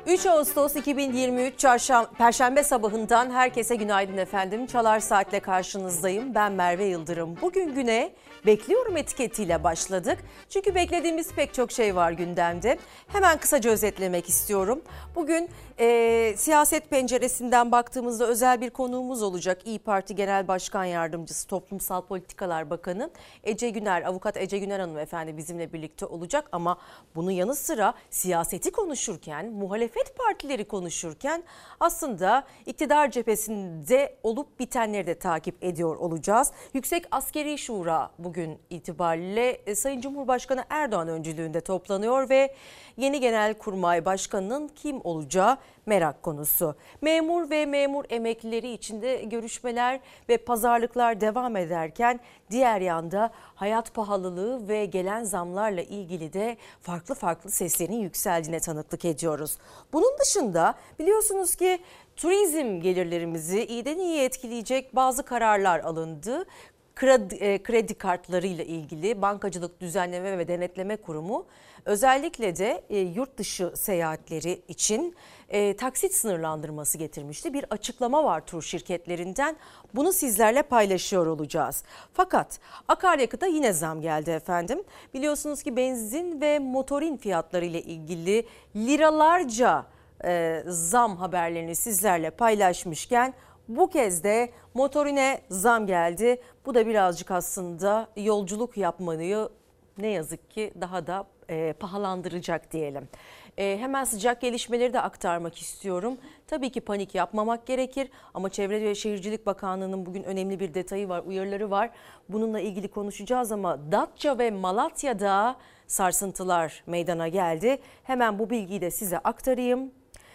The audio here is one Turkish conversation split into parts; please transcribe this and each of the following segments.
3 Ağustos 2023 Perşembe sabahından herkese günaydın efendim. Çalar Saat'le karşınızdayım. Ben Merve Yıldırım. Bugün güne bekliyorum etiketiyle başladık. Çünkü beklediğimiz pek çok şey var gündemde. Hemen kısaca özetlemek istiyorum. Bugün siyaset penceresinden baktığımızda özel bir konuğumuz olacak. İYİ Parti Genel Başkan Yardımcısı, Toplumsal Politikalar Bakanı Ece Güner, Avukat Ece Güner hanımefendi bizimle birlikte olacak. Ama bunun yanı sıra siyaseti konuşurken, muhalefet partileri konuşurken aslında iktidar cephesinde olup bitenleri de takip ediyor olacağız. Yüksek Askeri Şura bugün itibariyle Sayın Cumhurbaşkanı Erdoğan öncülüğünde toplanıyor ve yeni Genelkurmay Başkanı'nın kim olacağı merak konusu. Memur ve memur emeklileri için de görüşmeler ve pazarlıklar devam ederken diğer yanda hayat pahalılığı ve gelen zamlarla ilgili de farklı seslerin yükseldiğine tanıklık ediyoruz. Bunun dışında biliyorsunuz ki turizm gelirlerimizi iyiden iyiye etkileyecek bazı kararlar alındı. Kredi kartlarıyla ilgili Bankacılık Düzenleme ve Denetleme Kurumu özellikle de yurt dışı seyahatleri için taksit sınırlandırması getirmişti. Bir açıklama var tur şirketlerinden. Bunu sizlerle paylaşıyor olacağız. Fakat akaryakıta yine zam geldi efendim. Biliyorsunuz ki benzin ve motorin fiyatları ile ilgili liralarca zam haberlerini sizlerle paylaşmışken bu kez de motorine zam geldi. Bu da birazcık aslında yolculuk yapmayı ne yazık ki daha da pahalandıracak diyelim. Hemen sıcak gelişmeleri de aktarmak istiyorum. Tabii ki panik yapmamak gerekir ama Çevre ve Şehircilik Bakanlığı'nın bugün önemli bir detayı var, uyarıları var. Bununla ilgili konuşacağız ama Datça ve Malatya'da sarsıntılar meydana geldi. Hemen bu bilgiyi de size aktarayım.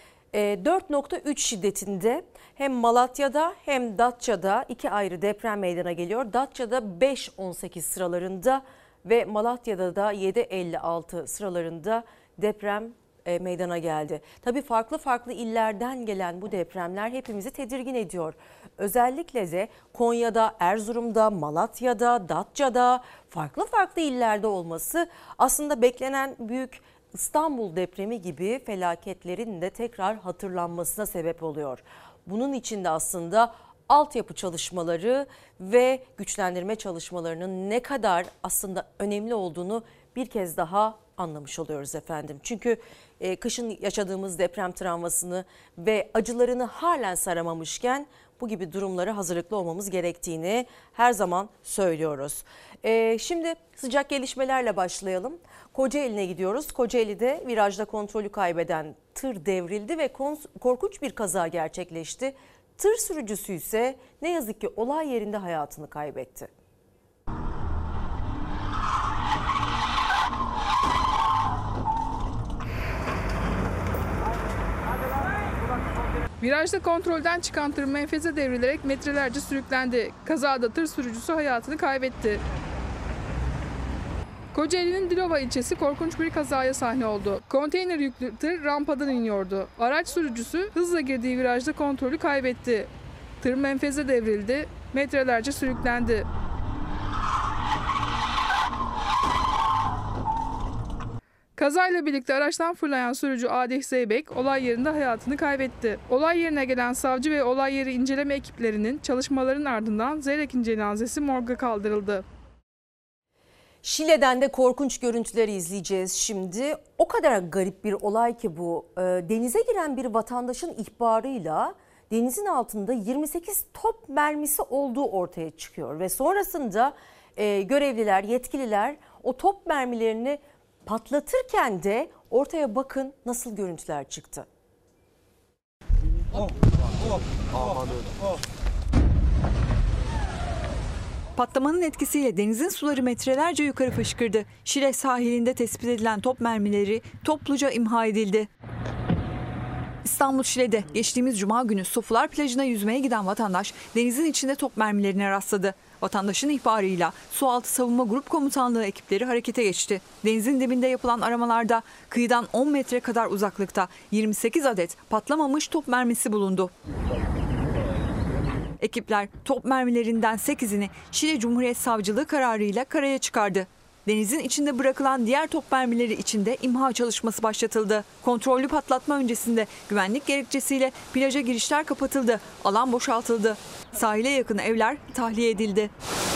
4.3 şiddetinde hem Malatya'da hem Datça'da iki ayrı deprem meydana geliyor. Datça'da 5.18 sıralarında ve Malatya'da da 7.56 sıralarında deprem meydana geldi. Tabii farklı illerden gelen bu depremler hepimizi tedirgin ediyor. Özellikle de Konya'da, Erzurum'da, Malatya'da, Datça'da farklı illerde olması aslında beklenen büyük İstanbul depremi gibi felaketlerin de tekrar hatırlanmasına sebep oluyor. Bunun için de aslında altyapı çalışmaları ve güçlendirme çalışmalarının ne kadar aslında önemli olduğunu bir kez daha anlamış oluyoruz efendim. Çünkü kışın yaşadığımız deprem travmasını ve acılarını halen saramamışken bu gibi durumlara hazırlıklı olmamız gerektiğini her zaman söylüyoruz. Şimdi sıcak gelişmelerle başlayalım. Kocaeli'ne gidiyoruz. Kocaeli'de virajda kontrolü kaybeden tır devrildi ve korkunç bir kaza gerçekleşti. Tır sürücüsü ise ne yazık ki olay yerinde hayatını kaybetti. Virajda kontrolden çıkan tır menfeze devrilerek metrelerce sürüklendi. Kazada tır sürücüsü hayatını kaybetti. Kocaeli'nin Dilova ilçesi korkunç bir kazaya sahne oldu. Konteyner yüklü tır rampadan iniyordu. Araç sürücüsü hızla girdiği virajda kontrolü kaybetti. Tır menfeze devrildi, metrelerce sürüklendi. Kazayla birlikte araçtan fırlayan sürücü Adih Zeybek olay yerinde hayatını kaybetti. Olay yerine gelen savcı ve olay yeri inceleme ekiplerinin çalışmaların ardından Zeybek'in cenazesi morga kaldırıldı. Şile'den de korkunç görüntüleri izleyeceğiz şimdi. O kadar garip bir olay ki bu. Denize giren bir vatandaşın ihbarıyla denizin altında 28 top mermisi olduğu ortaya çıkıyor. Ve sonrasında görevliler, yetkililer o top mermilerini patlatırken de ortaya bakın nasıl görüntüler çıktı. Patlamanın etkisiyle denizin suları metrelerce yukarı fışkırdı. Şile sahilinde tespit edilen top mermileri topluca imha edildi. İstanbul Şile'de geçtiğimiz cuma günü Sofular plajına yüzmeye giden vatandaş denizin içinde top mermilerine rastladı. Vatandaşın ihbarıyla Sualtı Savunma Grup Komutanlığı ekipleri harekete geçti. Denizin dibinde yapılan aramalarda kıyıdan 10 metre kadar uzaklıkta 28 adet patlamamış top mermisi bulundu. Ekipler top mermilerinden 8'ini Şile Cumhuriyet Savcılığı kararıyla karaya çıkardı. Denizin içinde bırakılan diğer top mermileri için de imha çalışması başlatıldı. Kontrollü patlatma öncesinde güvenlik gerekçesiyle plaja girişler kapatıldı. Alan boşaltıldı. Sahile yakın evler tahliye edildi.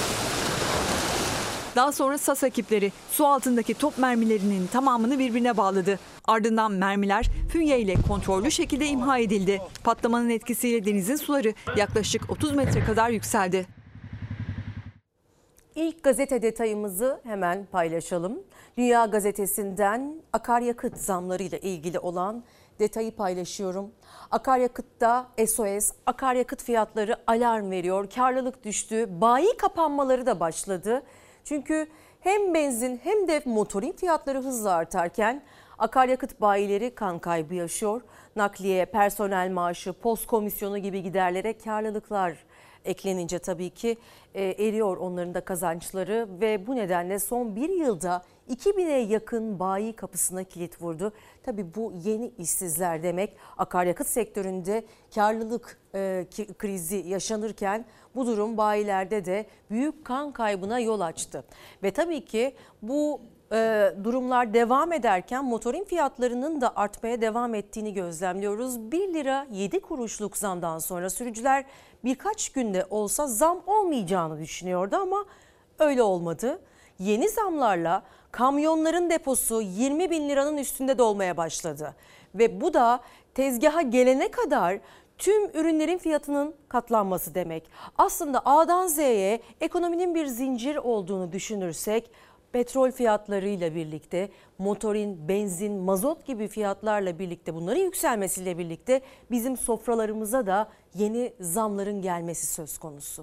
Daha sonra SAS ekipleri su altındaki top mermilerinin tamamını birbirine bağladı. Ardından mermiler fünye ile kontrollü şekilde imha edildi. Patlamanın etkisiyle denizin suları yaklaşık 30 metre kadar yükseldi. İlk gazete detayımızı hemen paylaşalım. Dünya Gazetesi'nden akaryakıt zamlarıyla ilgili olan detayı paylaşıyorum. Akaryakıtta SOS, akaryakıt fiyatları alarm veriyor. Karlılık düştü, bayi kapanmaları da başladı. Çünkü hem benzin hem de motorin fiyatları hızla artarken akaryakıt bayileri kan kaybı yaşıyor. Nakliye, personel maaşı, post komisyonu gibi giderlere karlılıklar eklenince tabii ki eriyor onların da kazançları ve bu nedenle son bir yılda 2000'e yakın bayi kapısına kilit vurdu. Tabii bu yeni işsizler demek. Akaryakıt sektöründe karlılık krizi yaşanırken bu durum bayilerde de büyük kan kaybına yol açtı. Ve tabii ki bu durumlar devam ederken motorin fiyatlarının da artmaya devam ettiğini gözlemliyoruz. 1 lira 7 kuruşluk zamdan sonra sürücüler birkaç günde olsa zam olmayacağını düşünüyordu ama öyle olmadı. Yeni zamlarla kamyonların deposu 20 bin liranın üstünde dolmaya başladı. Ve bu da tezgaha gelene kadar tüm ürünlerin fiyatının katlanması demek. Aslında A'dan Z'ye ekonominin bir zincir olduğunu düşünürsek petrol fiyatlarıyla birlikte motorin, benzin, mazot gibi fiyatlarla birlikte bunların yükselmesiyle birlikte bizim sofralarımıza da yeni zamların gelmesi söz konusu.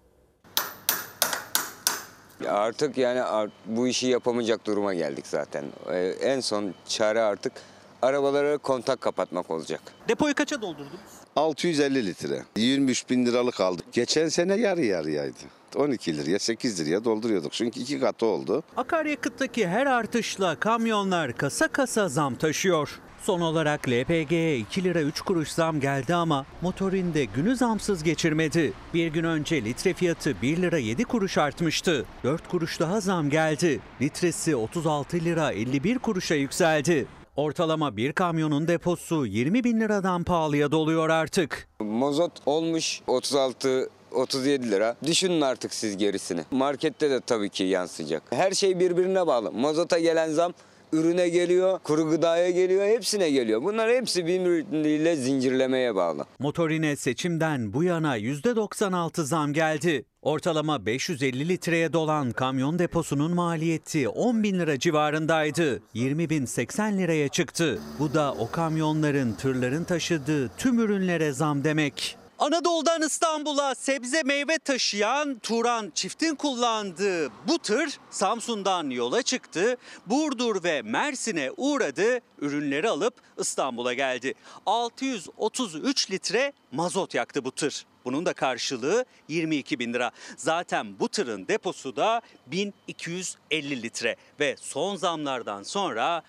Artık yani bu işi yapamayacak duruma geldik zaten. En son çare artık arabalara kontak kapatmak olacak. Depoyu kaça doldurdunuz? 650 litre. 23 bin liralık aldık. Geçen sene yarı yarıyaydı. 12 liraya 8 liraya dolduruyorduk. Çünkü 2 katı oldu. Akaryakıttaki her artışla kamyonlar kasa kasa zam taşıyor. Son olarak LPG'ye 2 lira 3 kuruş zam geldi ama motorinde günü zamsız geçirmedi. Bir gün önce litre fiyatı 1 lira 7 kuruş artmıştı. 4 kuruş daha zam geldi. Litresi 36 lira 51 kuruşa yükseldi. Ortalama bir kamyonun deposu 20 bin liradan pahalıya doluyor artık. Mazot olmuş 36-37 lira. Düşünün artık siz gerisini. Markette de tabii ki yansıyacak. Her şey birbirine bağlı. Mazota gelen zam ürüne geliyor, kuru gıdaya geliyor, hepsine geliyor. Bunlar hepsi birbiriyle zincirlemeye bağlı. Motorine seçimden bu yana %96 zam geldi. Ortalama 550 litreye dolan kamyon deposunun maliyeti 10 bin lira civarındaydı. 20.080 liraya çıktı. Bu da o kamyonların, tırların taşıdığı tüm ürünlere zam demek. Anadolu'dan İstanbul'a sebze meyve taşıyan Turan çiftin kullandığı bu tır Samsun'dan yola çıktı. Burdur ve Mersin'e uğradı. Ürünleri alıp İstanbul'a geldi. 633 litre mazot yaktı bu tır. Bunun da karşılığı 22 bin lira. Zaten bu tırın deposu da 1250 litre ve son zamlardan sonra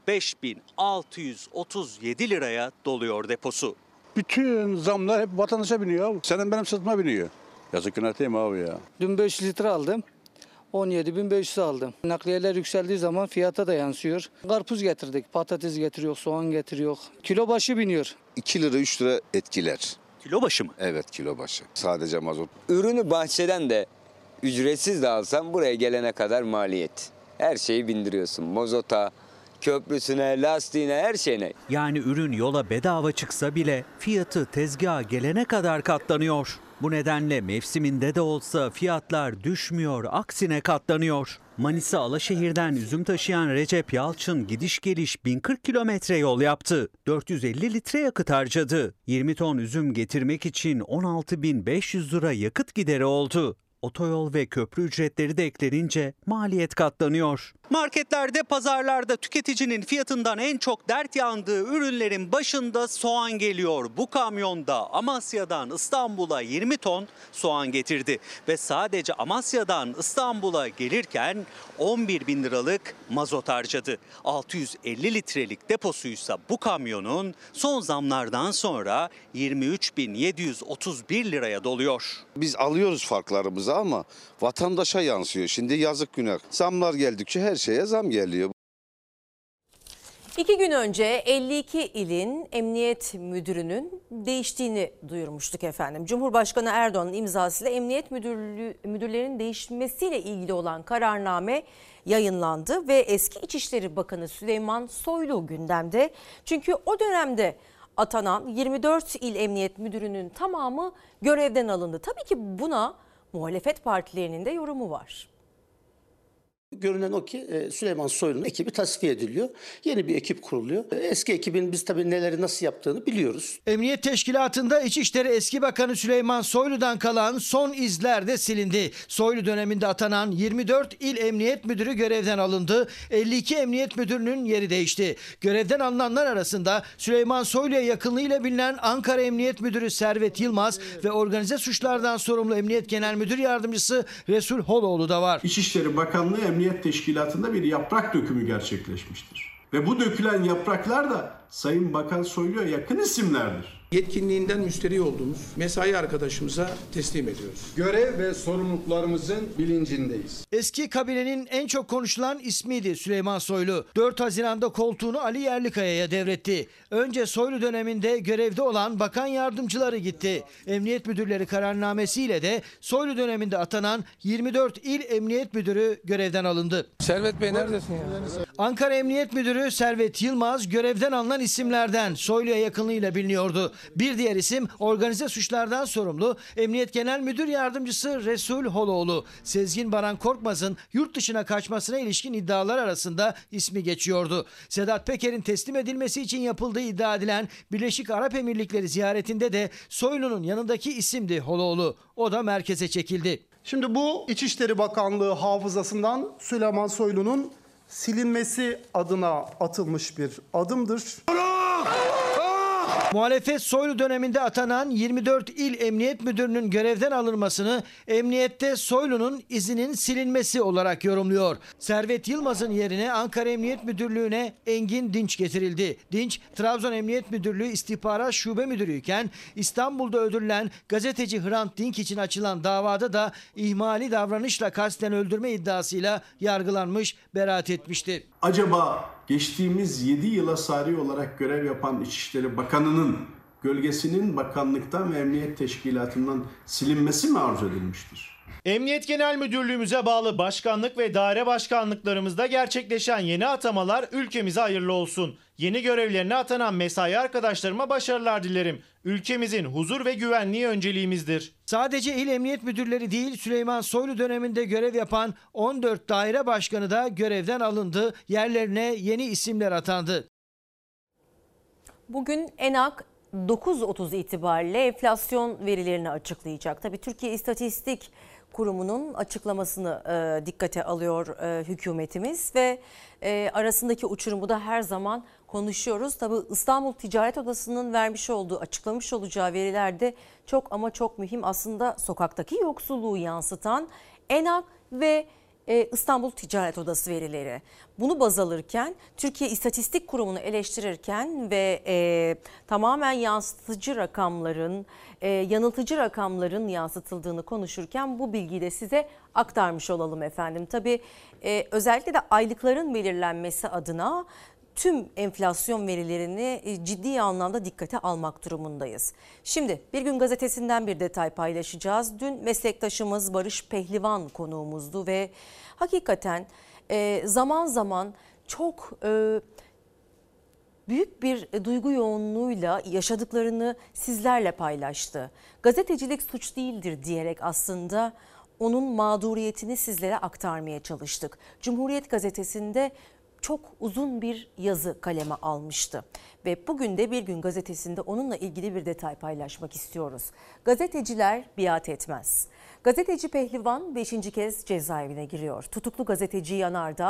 45.637 liraya doluyor deposu. Bütün zamlar hep vatandaşa biniyor abi. Senin benim sırtıma biniyor. Yazık günah değil mi abi ya? Dün 500 litre aldım. 17.500 aldım. Nakliyeler yükseldiği zaman fiyata da yansıyor. Karpuz getirdik, patates getiriyor, soğan getiriyor. Kilo başı biniyor. 2 lira 3 lira etkiler. Kilo başı mı? Evet, kilo başı. Sadece mazot. Ürünü bahçeden de ücretsiz de alsan buraya gelene kadar maliyet. Her şeyi bindiriyorsun. Mazota, köprüsüne, lastiğine, her şeyine. Yani ürün yola bedava çıksa bile fiyatı tezgaha gelene kadar katlanıyor. Bu nedenle mevsiminde de olsa fiyatlar düşmüyor, aksine katlanıyor. Manisa Alaşehir'den üzüm taşıyan Recep Yalçın gidiş geliş 1040 kilometre yol yaptı. 450 litre yakıt harcadı. 20 ton üzüm getirmek için 16.500 lira yakıt gideri oldu. Otoyol ve köprü ücretleri de eklenince maliyet katlanıyor. Marketlerde, pazarlarda tüketicinin fiyatından en çok dert yandığı ürünlerin başında soğan geliyor. Bu kamyonda Amasya'dan İstanbul'a 20 ton soğan getirdi. Ve sadece Amasya'dan İstanbul'a gelirken 11 bin liralık mazot harcadı. 650 litrelik deposuysa bu kamyonun son zamlardan sonra 23.731 liraya doluyor. Biz alıyoruz farklarımızı ama vatandaşa yansıyor. Şimdi yazık günah. Zamlar geldikçe her şeye zam geliyor. 2 gün önce 52 ilin emniyet müdürünün değiştiğini duyurmuştuk efendim. Cumhurbaşkanı Erdoğan'ın imzasıyla emniyet müdürlerinin değişmesiyle ilgili olan kararname yayınlandı ve eski İçişleri Bakanı Süleyman Soylu gündemde. Çünkü o dönemde atanan 24 il emniyet müdürünün tamamı görevden alındı. Tabii ki buna muhalefet partilerinin de yorumu var. Görünen o ki Süleyman Soylu'nun ekibi tasfiye ediliyor. Yeni bir ekip kuruluyor. Eski ekibin biz tabii neleri nasıl yaptığını biliyoruz. Emniyet Teşkilatı'nda İçişleri eski Bakanı Süleyman Soylu'dan kalan son izler de silindi. Soylu döneminde atanan 24 il emniyet müdürü görevden alındı. 52 emniyet müdürünün yeri değişti. Görevden alınanlar arasında Süleyman Soylu'ya yakınlığıyla bilinen Ankara Emniyet Müdürü Servet Yılmaz ve organize suçlardan sorumlu Emniyet Genel Müdür Yardımcısı Resul Holoğlu da var. İçişleri Bakanlığı Emniyet Teşkilatı'nda bir yaprak dökümü gerçekleşmiştir. Ve bu dökülen yapraklar da Sayın Bakan Soylu'ya yakın isimlerdir. Yetkinliğinden müsterih olduğumuz mesai arkadaşımıza teslim ediyoruz. Görev ve sorumluluklarımızın bilincindeyiz. Eski kabinenin en çok konuşulan ismiydi Süleyman Soylu. 4 Haziran'da koltuğunu Ali Yerlikaya'ya devretti. Önce Soylu döneminde görevde olan bakan yardımcıları gitti. Emniyet müdürleri kararnamesiyle de Soylu döneminde atanan 24 il emniyet müdürü görevden alındı. Servet Bey neredesin ya? Ankara Emniyet Müdürü Servet Yılmaz görevden alınan isimlerden. Soylu'ya yakınlığıyla biliniyordu. Bir diğer isim organize suçlardan sorumlu Emniyet Genel Müdür Yardımcısı Resul Holoğlu. Sezgin Baran Korkmaz'ın yurt dışına kaçmasına ilişkin iddialar arasında ismi geçiyordu. Sedat Peker'in teslim edilmesi için yapıldığı iddia edilen Birleşik Arap Emirlikleri ziyaretinde de Soylu'nun yanındaki isimdi Holoğlu. O da merkeze çekildi. Şimdi bu İçişleri Bakanlığı hafızasından Süleyman Soylu'nun silinmesi adına atılmış bir adımdır. Muhalefet Soylu döneminde atanan 24 il emniyet müdürünün görevden alınmasını emniyette Soylu'nun izinin silinmesi olarak yorumluyor. Servet Yılmaz'ın yerine Ankara Emniyet Müdürlüğü'ne Engin Dinç getirildi. Dinç, Trabzon Emniyet Müdürlüğü İstihbarat Şube Müdürüyken İstanbul'da öldürülen gazeteci Hrant Dink için açılan davada da ihmali davranışla kasten öldürme iddiasıyla yargılanmış, beraat etmişti. Acaba geçtiğimiz 7 yıla sari olarak görev yapan İçişleri Bakanı'nın gölgesinin bakanlıktan ve Emniyet Teşkilatı'ndan silinmesi mi arzu edilmiştir? Emniyet Genel Müdürlüğümüze bağlı başkanlık ve daire başkanlıklarımızda gerçekleşen yeni atamalar ülkemize hayırlı olsun. Yeni görevlerine atanan mesai arkadaşlarıma başarılar dilerim. Ülkemizin huzur ve güvenliği önceliğimizdir. Sadece il emniyet müdürleri değil, Süleyman Soylu döneminde görev yapan 14 daire başkanı da görevden alındı. Yerlerine yeni isimler atandı. Bugün ENAK 9.30 itibariyle enflasyon verilerini açıklayacak. Tabii Türkiye İstatistik Kurumu'nun açıklamasını dikkate alıyor hükümetimiz ve arasındaki uçurumu da her zaman konuşuyoruz. Tabii İstanbul Ticaret Odası'nın vermiş olduğu, açıklamış olacağı veriler de çok ama çok mühim. Aslında sokaktaki yoksulluğu yansıtan ENAK ve İstanbul Ticaret Odası verileri. Bunu baz alırken Türkiye İstatistik Kurumu'nu eleştirirken ve tamamen yansıtıcı rakamların, yanıltıcı rakamların yansıtıldığını konuşurken bu bilgiyi de size aktarmış olalım efendim. Tabii özellikle de aylıkların belirlenmesi adına tüm enflasyon verilerini ciddi anlamda dikkate almak durumundayız. Şimdi Bir Gün Gazetesi'nden bir detay paylaşacağız. Dün meslektaşımız Barış Pehlivan konuğumuzdu ve hakikaten zaman zaman çok büyük bir duygu yoğunluğuyla yaşadıklarını sizlerle paylaştı. Gazetecilik suç değildir diyerek aslında onun mağduriyetini sizlere aktarmaya çalıştık. Cumhuriyet Gazetesi'nde çok uzun bir yazı kaleme almıştı. Ve bugün de Bir Gün Gazetesi'nde onunla ilgili bir detay paylaşmak istiyoruz. Gazeteciler biat etmez. Gazeteci Pehlivan 5. kez cezaevine giriyor. Tutuklu gazeteci Yanardağ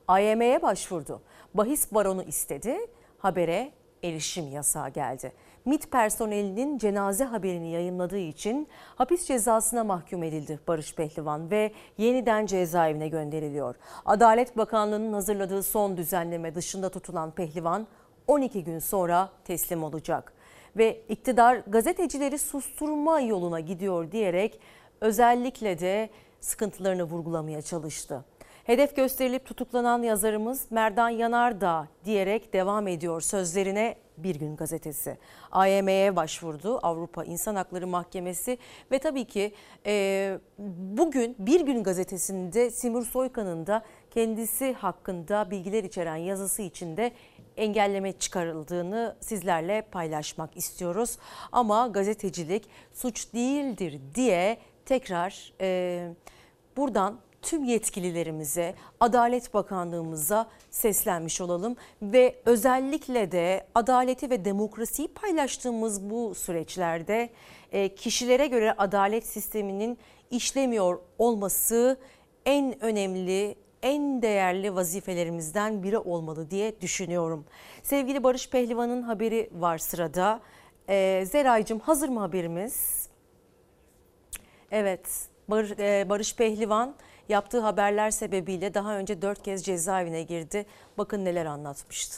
AYM'ye başvurdu. Bahis baronu istedi. Habere erişim yasağı geldi. MİT personelinin cenaze haberini yayınladığı için hapis cezasına mahkum edildi Barış Pehlivan ve yeniden cezaevine gönderiliyor. Adalet Bakanlığı'nın hazırladığı son düzenleme dışında tutulan Pehlivan 12 gün sonra teslim olacak. Ve iktidar gazetecileri susturma yoluna gidiyor diyerek özellikle de sıkıntılarını vurgulamaya çalıştı. Hedef gösterilip tutuklanan yazarımız Merdan Yanardağ diyerek devam ediyor sözlerine Bir Gün gazetesi. AYM'ye başvurdu Avrupa İnsan Hakları Mahkemesi ve tabii ki bugün Bir Gün gazetesinde Simur Soykan'ın da kendisi hakkında bilgiler içeren yazısı içinde engelleme çıkarıldığını sizlerle paylaşmak istiyoruz. Ama gazetecilik suç değildir diye tekrar buradan tüm yetkililerimize, Adalet Bakanlığımıza seslenmiş olalım ve özellikle de adaleti ve demokrasiyi paylaştığımız bu süreçlerde kişilere göre adalet sisteminin işlemiyor olması en önemli, en değerli vazifelerimizden biri olmalı diye düşünüyorum. Sevgili Barış Pehlivan'ın haberi var sırada. Zeraycığım, hazır mı haberimiz? Evet, Barış Pehlivan yaptığı haberler sebebiyle daha önce 4 kez cezaevine girdi. Bakın neler anlatmıştı.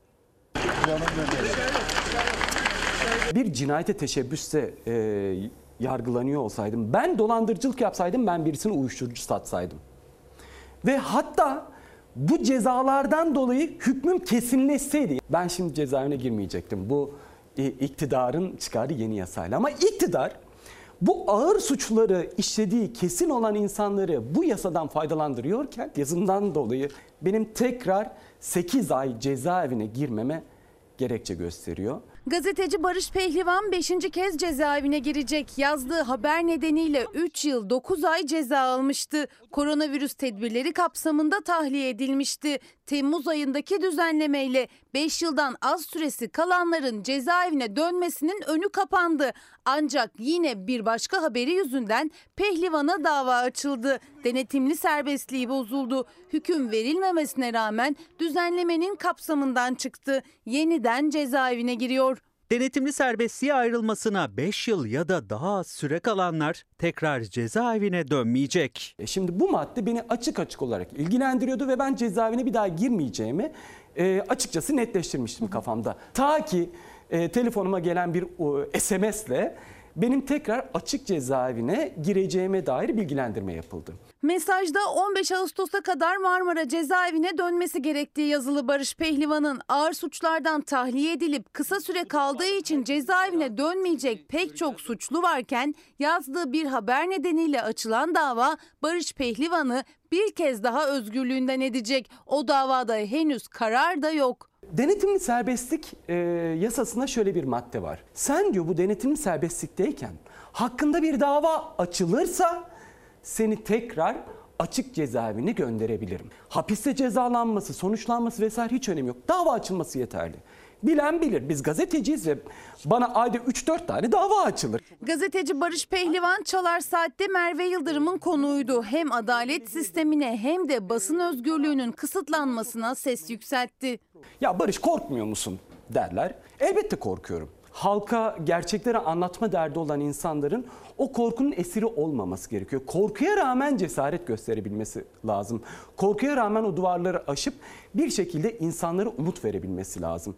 Bir cinayete teşebbüste yargılanıyor olsaydım, ben dolandırıcılık yapsaydım, ben birisine uyuşturucu satsaydım ve hatta bu cezalardan dolayı hükmüm kesinleşseydi, ben şimdi cezaevine girmeyecektim. Bu iktidarın çıkardığı yeni yasayla. Ama iktidar bu ağır suçları işlediği kesin olan insanları bu yasadan faydalandırıyorken yazımdan dolayı benim tekrar 8 ay cezaevine girmeme gerekçe gösteriyor. Gazeteci Barış Pehlivan 5. kez cezaevine girecek. Yazdığı haber nedeniyle 3 yıl 9 ay ceza almıştı. Koronavirüs tedbirleri kapsamında tahliye edilmişti. Temmuz ayındaki düzenlemeyle 5 yıldan az süresi kalanların cezaevine dönmesinin önü kapandı. Ancak yine bir başka haberi yüzünden Pehlivan'a dava açıldı. Denetimli serbestliği bozuldu. Hüküm verilmemesine rağmen düzenlemenin kapsamından çıktı. Yeniden cezaevine giriyor. Denetimli serbestliğe ayrılmasına 5 yıl ya da daha az süre kalanlar tekrar cezaevine dönmeyecek. Şimdi bu madde beni açık olarak ilgilendiriyordu ve ben cezaevine bir daha girmeyeceğimi açıkçası netleştirmiştim kafamda. Ta ki telefonuma gelen bir SMS'le benim tekrar açık cezaevine gireceğime dair bilgilendirme yapıldı. Mesajda 15 Ağustos'a kadar Marmara cezaevine dönmesi gerektiği yazılı Barış Pehlivan'ın ağır suçlardan tahliye edilip kısa süre kaldığı için cezaevine dönmeyecek pek çok suçlu varken yazdığı bir haber nedeniyle açılan dava Barış Pehlivan'ı bir kez daha özgürlüğünden edecek. O davada henüz karar da yok. Denetimli serbestlik yasasında şöyle bir madde var. Sen diyor bu denetimli serbestlikteyken hakkında bir dava açılırsa seni tekrar açık cezaevine gönderebilirim. Hapiste cezalanması, sonuçlanması vesaire hiç önemi yok. Dava açılması yeterli. Bilen bilir. Biz gazeteciyiz ve bana ayda 3-4 tane dava açılır. Gazeteci Barış Pehlivan Çalar Saat'te Merve Yıldırım'ın konuğuydu. Hem adalet sistemine hem de basın özgürlüğünün kısıtlanmasına ses yükseltti. Ya Barış korkmuyor musun derler. Elbette korkuyorum. Halka gerçekleri anlatma derdi olan insanların o korkunun esiri olmaması gerekiyor. Korkuya rağmen cesaret gösterebilmesi lazım. Korkuya rağmen o duvarları aşıp bir şekilde insanlara umut verebilmesi lazım.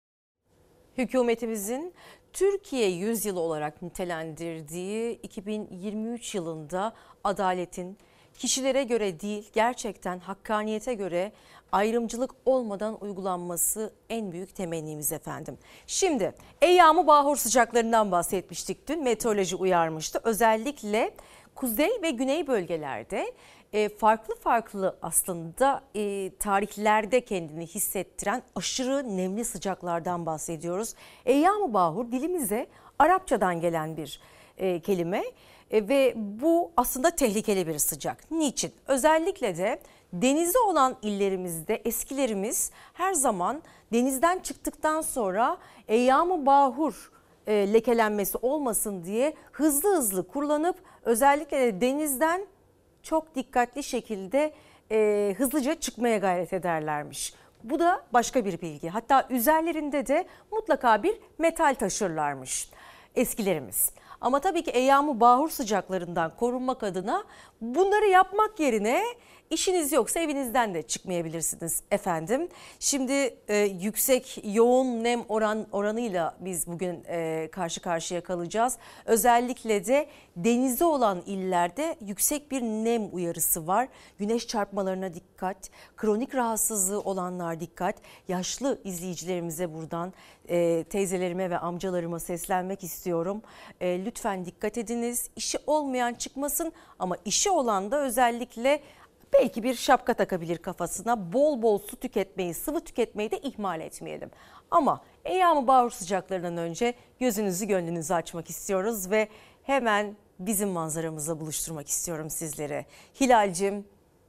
Hükümetimizin Türkiye yüzyılı olarak nitelendirdiği 2023 yılında adaletin kişilere göre değil, gerçekten hakkaniyete göre ayrımcılık olmadan uygulanması en büyük temennimiz efendim. Şimdi Eyyam-ı Bahur sıcaklarından bahsetmiştik dün. Meteoroloji uyarmıştı. Özellikle kuzey ve güney bölgelerde farklı aslında tarihlerde kendini hissettiren aşırı nemli sıcaklardan bahsediyoruz. Eyyam-ı Bahur dilimize Arapçadan gelen bir kelime ve bu aslında tehlikeli bir sıcak. Niçin? Özellikle de denizi olan illerimizde eskilerimiz her zaman denizden çıktıktan sonra Eyyam-ı Bahur lekelenmesi olmasın diye hızlı kurulanıp özellikle de denizden çok dikkatli şekilde hızlıca çıkmaya gayret ederlermiş. Bu da başka bir bilgi. Hatta üzerlerinde de mutlaka bir metal taşırlarmış eskilerimiz. Ama tabii ki eyyam-ı bahur sıcaklarından korunmak adına bunları yapmak yerine işiniz yoksa evinizden de çıkmayabilirsiniz efendim. Şimdi yüksek yoğun nem oranıyla biz bugün karşı karşıya kalacağız. Özellikle de denize olan illerde yüksek bir nem uyarısı var. Güneş çarpmalarına dikkat, kronik rahatsızlığı olanlar dikkat. Yaşlı izleyicilerimize buradan teyzelerime ve amcalarıma seslenmek istiyorum. Lütfen dikkat ediniz. İşi olmayan çıkmasın ama işi olan da özellikle belki bir şapka takabilir kafasına. Bol bol su tüketmeyi, sıvı tüketmeyi de ihmal etmeyelim. Ama eyyam-ı bahur sıcaklarından önce gözünüzü gönlünüzü açmak istiyoruz ve hemen bizim manzaramızla buluşturmak istiyorum sizlere. Hilal'cim,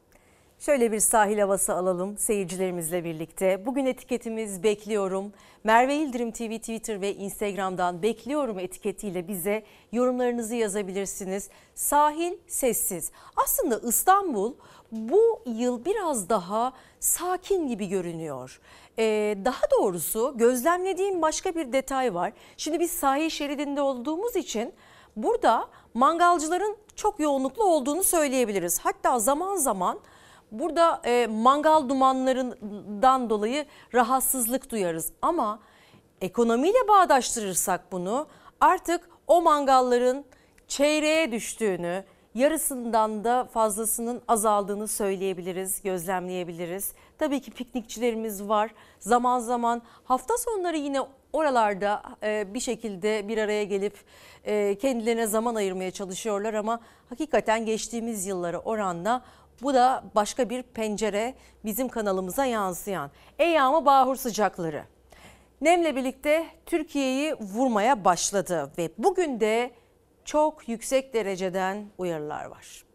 şöyle bir sahil havası alalım seyircilerimizle birlikte. Bugün etiketimiz bekliyorum. Merve Yıldırım TV Twitter ve Instagram'dan bekliyorum etiketiyle bize yorumlarınızı yazabilirsiniz. Sahil sessiz. Aslında İstanbul bu yıl biraz daha sakin gibi görünüyor. Daha doğrusu gözlemlediğim başka bir detay var. Şimdi biz sahil şeridinde olduğumuz için burada mangalcıların çok yoğunluklu olduğunu söyleyebiliriz. Hatta zaman zaman burada mangal dumanlarından dolayı rahatsızlık duyarız. Ama ekonomiyle bağdaştırırsak bunu artık o mangalların çeyreğe düştüğünü, yarısından da fazlasının azaldığını söyleyebiliriz, gözlemleyebiliriz. Tabii ki piknikçilerimiz var. Zaman zaman hafta sonları yine oralarda bir şekilde bir araya gelip kendilerine zaman ayırmaya çalışıyorlar ama hakikaten geçtiğimiz yıllara oranla bu da başka bir pencere bizim kanalımıza yansıyan. Eyyam-ı bahur sıcakları nemle birlikte Türkiye'yi vurmaya başladı ve bugün de çok yüksek dereceden uyarılar var.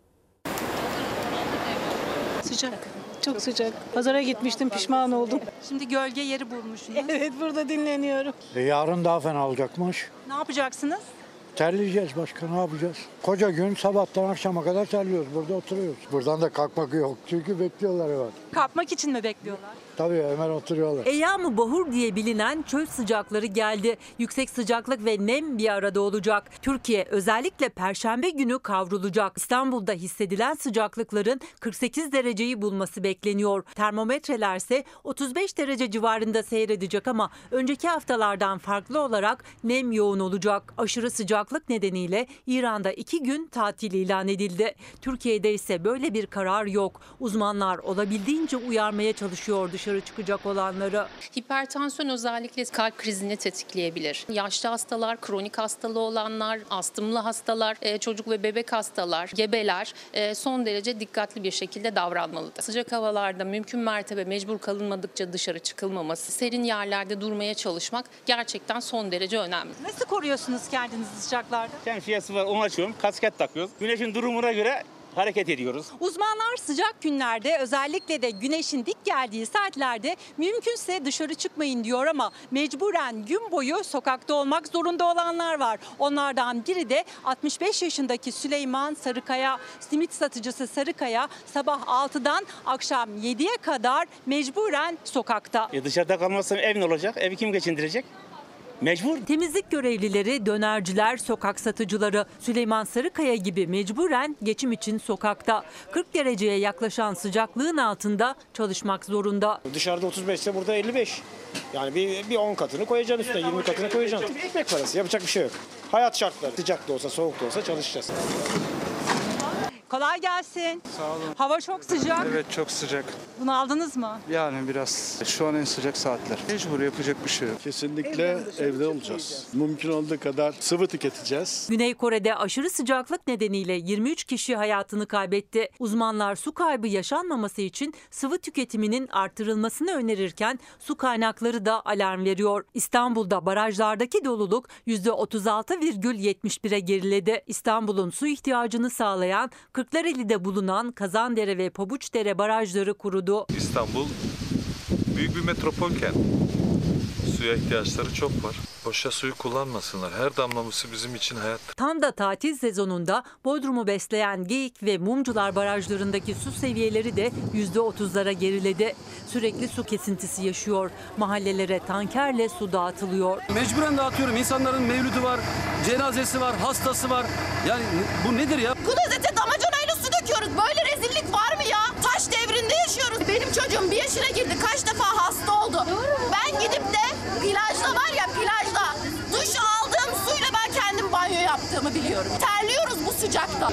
Sıcak, çok sıcak. Pazara gitmiştim, pişman oldum. Şimdi gölge yeri bulmuşsunuz. Evet, burada dinleniyorum. Yarın daha fena olacakmış. Ne yapacaksınız? Terleyeceğiz başka, ne yapacağız? Koca gün sabahtan akşama kadar terliyoruz, burada oturuyoruz. Buradan da kalkmak yok çünkü bekliyorlar evet. Kalkmak için mi bekliyorlar? Tabii hemen oturuyorlar. Eyyam-ı bahur diye bilinen çöl sıcakları geldi. Yüksek sıcaklık ve nem bir arada olacak. Türkiye özellikle Perşembe günü kavrulacak. İstanbul'da hissedilen sıcaklıkların 48 dereceyi bulması bekleniyor. Termometrelerse 35 derece civarında seyredecek ama önceki haftalardan farklı olarak nem yoğun olacak. Aşırı sıcaklık nedeniyle İran'da 2 gün tatil ilan edildi. Türkiye'de ise böyle bir karar yok. Uzmanlar olabildiğince uyarmaya çalışıyor dışarı çıkacak olanları. Hipertansiyon özellikle kalp krizini tetikleyebilir. Yaşlı hastalar, kronik hastalığı olanlar, astımlı hastalar, çocuk ve bebek hastalar, gebeler son derece dikkatli bir şekilde davranmalıdır. Sıcak havalarda mümkün mertebe mecbur kalınmadıkça dışarı çıkılmaması, serin yerlerde durmaya çalışmak gerçekten son derece önemli. Nasıl koruyorsunuz kendinizi sıcaklarda? Şemsiyesi var, onu açıyorum, kasket takıyoruz. Güneşin durumuna göre hareket ediyoruz. Uzmanlar sıcak günlerde özellikle de güneşin dik geldiği saatlerde mümkünse dışarı çıkmayın diyor ama mecburen gün boyu sokakta olmak zorunda olanlar var. Onlardan biri de 65 yaşındaki Süleyman Sarıkaya. Simit satıcısı Sarıkaya sabah 6'dan akşam 7'ye kadar mecburen sokakta. Dışarıda kalmazsam ev ne olacak? Evi kim geçindirecek? Mecbur. Temizlik görevlileri, dönerciler, sokak satıcıları Süleyman Sarıkaya gibi mecburen geçim için sokakta. 40 dereceye yaklaşan sıcaklığın altında çalışmak zorunda. Dışarıda 35 ise burada 55. Yani bir 10 katını koyacaksın üstüne, 20 katını koyacaksın. Ekmek parası, yapacak bir şey yok. Hayat şartları, sıcak da olsa soğuk da olsa çalışacağız. Kolay gelsin. Sağ olun. Hava çok sıcak. Evet, çok sıcak. Bunu aldınız mı? Yani biraz. Şu an en sıcak saatler. Mecbur, yapacak bir şey yok. Kesinlikle evde olacağız. Mümkün olduğu kadar sıvı tüketeceğiz. Güney Kore'de aşırı sıcaklık nedeniyle 23 kişi hayatını kaybetti. Uzmanlar su kaybı yaşanmaması için sıvı tüketiminin artırılmasını önerirken su kaynakları da alarm veriyor. İstanbul'da barajlardaki doluluk %36,71'e geriledi. İstanbul'un su ihtiyacını sağlayan Kırklareli'de bulunan Kazandere ve Pabuçdere barajları kurudu. İstanbul büyük bir metropol kent. Suya ihtiyaçları çok var. Boşa suyu kullanmasınlar. Her damlaması bizim için hayat. Tam da tatil sezonunda Bodrum'u besleyen Geyik ve Mumcular barajlarındaki su seviyeleri de %30'lara geriledi. Sürekli su kesintisi yaşıyor. Mahallelere tankerle su dağıtılıyor. Mecburen dağıtıyorum. İnsanların mevlüdü var, cenazesi var, hastası var. Yani bu nedir ya? Klozete damacanayla su döküyoruz. Böyle rezillik var mı ya? Taş devrinde yaşıyoruz. Benim çocuğum 1 yaşına girdi. Kaç defa hasta oldu. Ben gidip de plajda var ya, plajda duş aldığım suyla ben kendim banyo yaptığımı biliyorum. Terliyoruz bu sıcakta.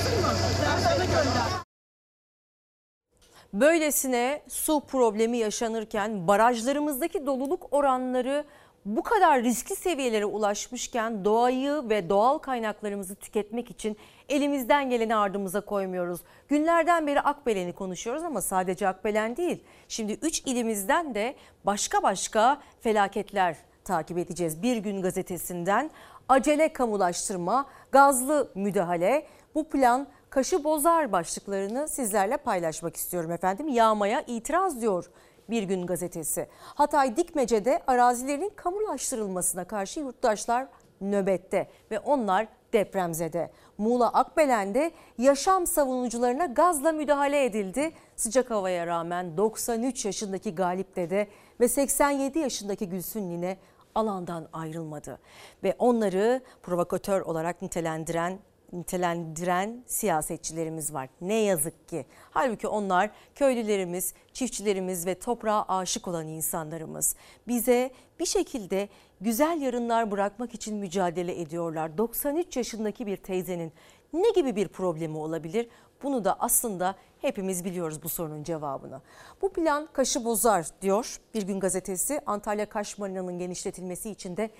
Böylesine su problemi yaşanırken, barajlarımızdaki doluluk oranları bu kadar riskli seviyelere ulaşmışken doğayı ve doğal kaynaklarımızı tüketmek için elimizden geleni ardımıza koymuyoruz. Günlerden beri Akbelen'i konuşuyoruz ama sadece Akbelen değil. Şimdi 3 ilimizden de başka felaketler takip edeceğiz. Bir Gün Gazetesi'nden acele kamulaştırma, gazlı müdahale, bu plan kaşı bozar başlıklarını sizlerle paylaşmak istiyorum efendim. Yağmaya itiraz diyor Bir Gün Gazetesi. Hatay Dikmece'de arazilerin kamulaştırılmasına karşı yurttaşlar nöbette ve onlar depremzede. Muğla Akbelen'de yaşam savunucularına gazla müdahale edildi. Sıcak havaya rağmen 93 yaşındaki Galip Dede ve 87 yaşındaki Gülsün Nine alandan ayrılmadı. Ve onları provokatör olarak nitelendiren siyasetçilerimiz var. Ne yazık ki. Halbuki onlar köylülerimiz, çiftçilerimiz ve toprağa aşık olan insanlarımız. Bize bir şekilde güzel yarınlar bırakmak için mücadele ediyorlar. 93 yaşındaki bir teyzenin ne gibi bir problemi olabilir? Bunu da aslında hepimiz biliyoruz bu sorunun cevabını. Bu plan kaşı bozar diyor Bir Gün Gazetesi. Antalya-Kaş Marina'nın genişletilmesi için de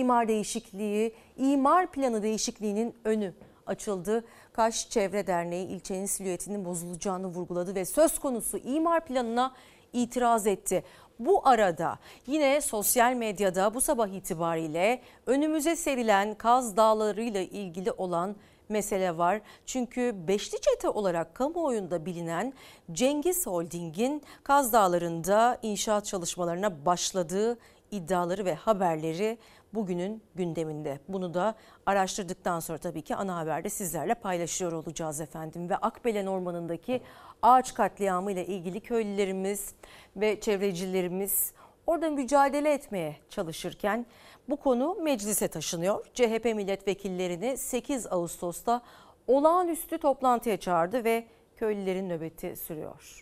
imar planı değişikliğinin önü açıldı. Kaş Çevre Derneği ilçenin silüetinin bozulacağını vurguladı ve söz konusu imar planına itiraz etti. Bu arada yine sosyal medyada bu sabah itibariyle önümüze serilen Kaz Dağları ile ilgili olan mesele var. Çünkü Beşli Çete olarak kamuoyunda bilinen Cengiz Holding'in Kaz Dağları'nda inşaat çalışmalarına başladığı iddiaları ve haberleri bugünün gündeminde. Bunu da araştırdıktan sonra tabii ki ana haberde sizlerle paylaşıyor olacağız efendim. Ve Akbelen Ormanı'ndaki ağaç katliamı ile ilgili köylülerimiz ve çevrecilerimiz orada mücadele etmeye çalışırken bu konu meclise taşınıyor. CHP milletvekillerini 8 Ağustos'ta olağanüstü toplantıya çağırdı ve köylülerin nöbeti sürüyor.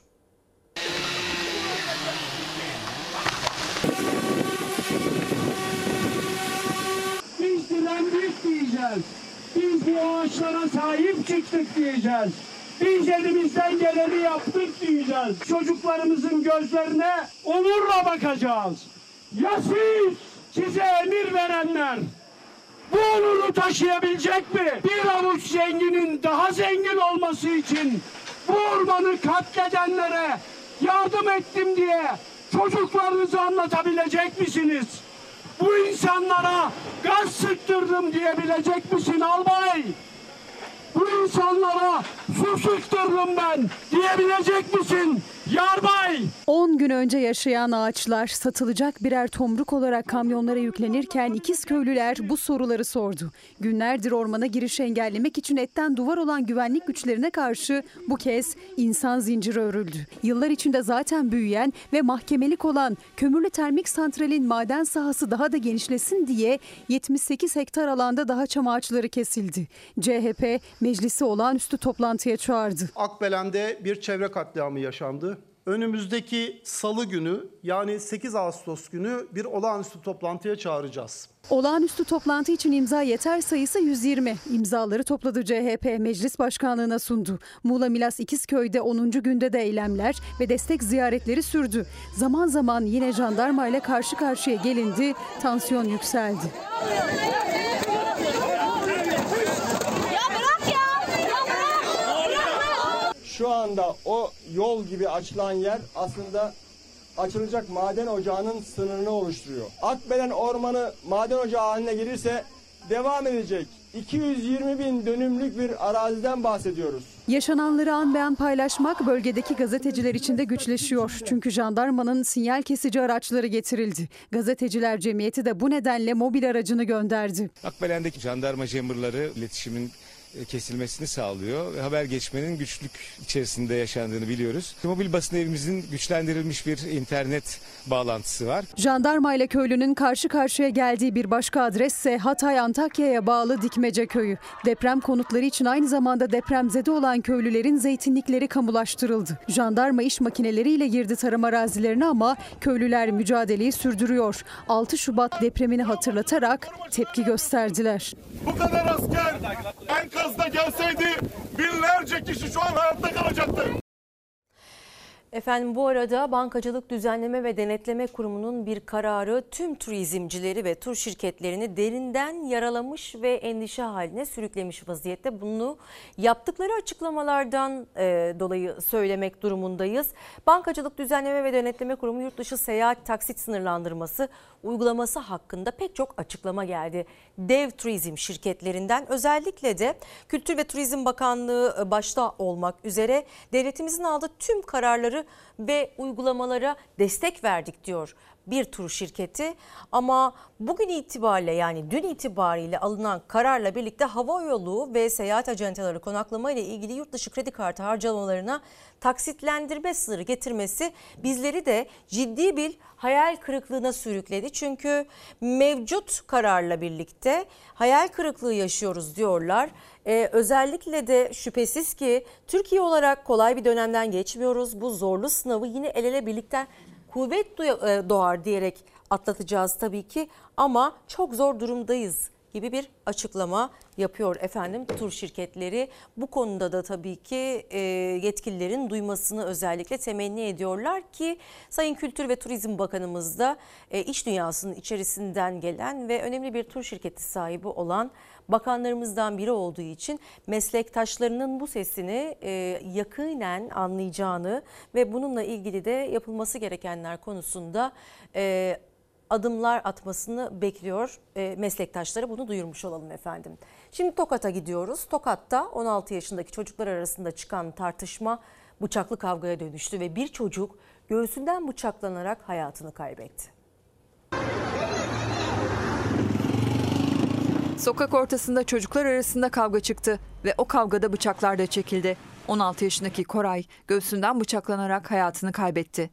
Biz direndik diyeceğiz. Biz bu ağaçlara sahip çıktık diyeceğiz. Biz elimizden geleni yaptık diyeceğiz. Çocuklarımızın gözlerine onurla bakacağız. Ya size emir verenler bu onuru taşıyabilecek mi? Bir avuç zenginin daha zengin olması için bu ormanı katledenlere yardım ettim diye çocuklarınızı anlatabilecek misiniz? Bu insanlara gaz sıktırdım diyebilecek misin albay? Bu insanlara su sıktırdım ben diyebilecek misin yarbay? 10 gün önce yaşayan ağaçlar satılacak birer tomruk olarak kamyonlara yüklenirken İkizköylüler bu soruları sordu. Günlerdir ormana girişi engellemek için etten duvar olan güvenlik güçlerine karşı bu kez insan zinciri örüldü. Yıllar içinde zaten büyüyen ve mahkemelik olan kömürlü termik santralin maden sahası daha da genişlesin diye 78 hektar alanda daha çam ağaçları kesildi. CHP meclisi olağanüstü toplantıya çağırdı. Akbelen'de bir çevre katliamı yaşandı. Önümüzdeki salı günü yani 8 Ağustos günü bir olağanüstü toplantıya çağıracağız. Olağanüstü toplantı için imza yeter sayısı 120. İmzaları topladı CHP, meclis başkanlığına sundu. Muğla Milas İkizköy'de 10. günde de eylemler ve destek ziyaretleri sürdü. Zaman zaman yine jandarmayla karşı karşıya gelindi, tansiyon yükseldi. Şu anda o yol gibi açılan yer aslında açılacak maden ocağının sınırını oluşturuyor. Akbelen ormanı maden ocağı haline gelirse devam edecek. 220 bin dönümlük bir araziden bahsediyoruz. Yaşananları an be an paylaşmak bölgedeki gazeteciler için de güçleşiyor. Çünkü jandarmanın sinyal kesici araçları getirildi. Gazeteciler Cemiyeti de bu nedenle mobil aracını gönderdi. Akbelen'deki jandarma jammerları iletişimin kesilmesini sağlıyor ve haber geçmenin güçlük içerisinde yaşandığını biliyoruz. Mobil basın evimizin güçlendirilmiş bir internet bağlantısı var. Jandarma ile köylünün karşı karşıya geldiği bir başka adres ise Hatay Antakya'ya bağlı Dikmece Köyü. Deprem konutları için aynı zamanda depremzede olan köylülerin zeytinlikleri kamulaştırıldı. Jandarma iş makineleriyle girdi tarım arazilerine ama köylüler mücadeleyi sürdürüyor. 6 Şubat depremini hatırlatarak tepki gösterdiler. Bu kadar asker enkazda gelseydi binlerce kişi şu an hayatta kalacaktı. Efendim bu arada Bankacılık Düzenleme ve Denetleme Kurumu'nun bir kararı tüm turizmcileri ve tur şirketlerini derinden yaralamış ve endişe haline sürüklemiş vaziyette. Bunu yaptıkları açıklamalardan dolayı söylemek durumundayız. Bankacılık Düzenleme ve Denetleme Kurumu yurt dışı seyahat taksit sınırlandırması uygulaması hakkında pek çok açıklama geldi. Dev turizm şirketlerinden, özellikle de Kültür ve Turizm Bakanlığı başta olmak üzere devletimizin aldığı tüm kararları ve uygulamalara destek verdik diyor bir tur şirketi. Ama bugün itibariyle, yani dün itibariyle alınan kararla birlikte havayolu ve seyahat acenteleri konaklama ile ilgili yurt dışı kredi kartı harcamalarına taksitlendirme sınırı getirmesi bizleri de ciddi bir hayal kırıklığına sürükledi. Çünkü mevcut kararla birlikte hayal kırıklığı yaşıyoruz diyorlar. Özellikle de şüphesiz ki Türkiye olarak kolay bir dönemden geçmiyoruz. Bu zorlu sınavı yine el ele birlikte kuvvet doğar diyerek atlatacağız tabii ki, ama çok zor durumdayız gibi bir açıklama yapıyor efendim tur şirketleri. Bu konuda da tabii ki yetkililerin duymasını özellikle temenni ediyorlar ki Sayın Kültür ve Turizm Bakanımız da iş dünyasının içerisinden gelen ve önemli bir tur şirketi sahibi olan bakanlarımızdan biri olduğu için meslektaşlarının bu sesini yakinen anlayacağını ve bununla ilgili de yapılması gerekenler konusunda adımlar atmasını bekliyor meslektaşları. Bunu duyurmuş olalım efendim. Şimdi Tokat'a gidiyoruz. Tokat'ta 16 yaşındaki çocuklar arasında çıkan tartışma bıçaklı kavgaya dönüştü ve bir çocuk göğsünden bıçaklanarak hayatını kaybetti. Sokak ortasında çocuklar arasında kavga çıktı ve o kavgada bıçaklar da çekildi. 16 yaşındaki Koray göğsünden bıçaklanarak hayatını kaybetti.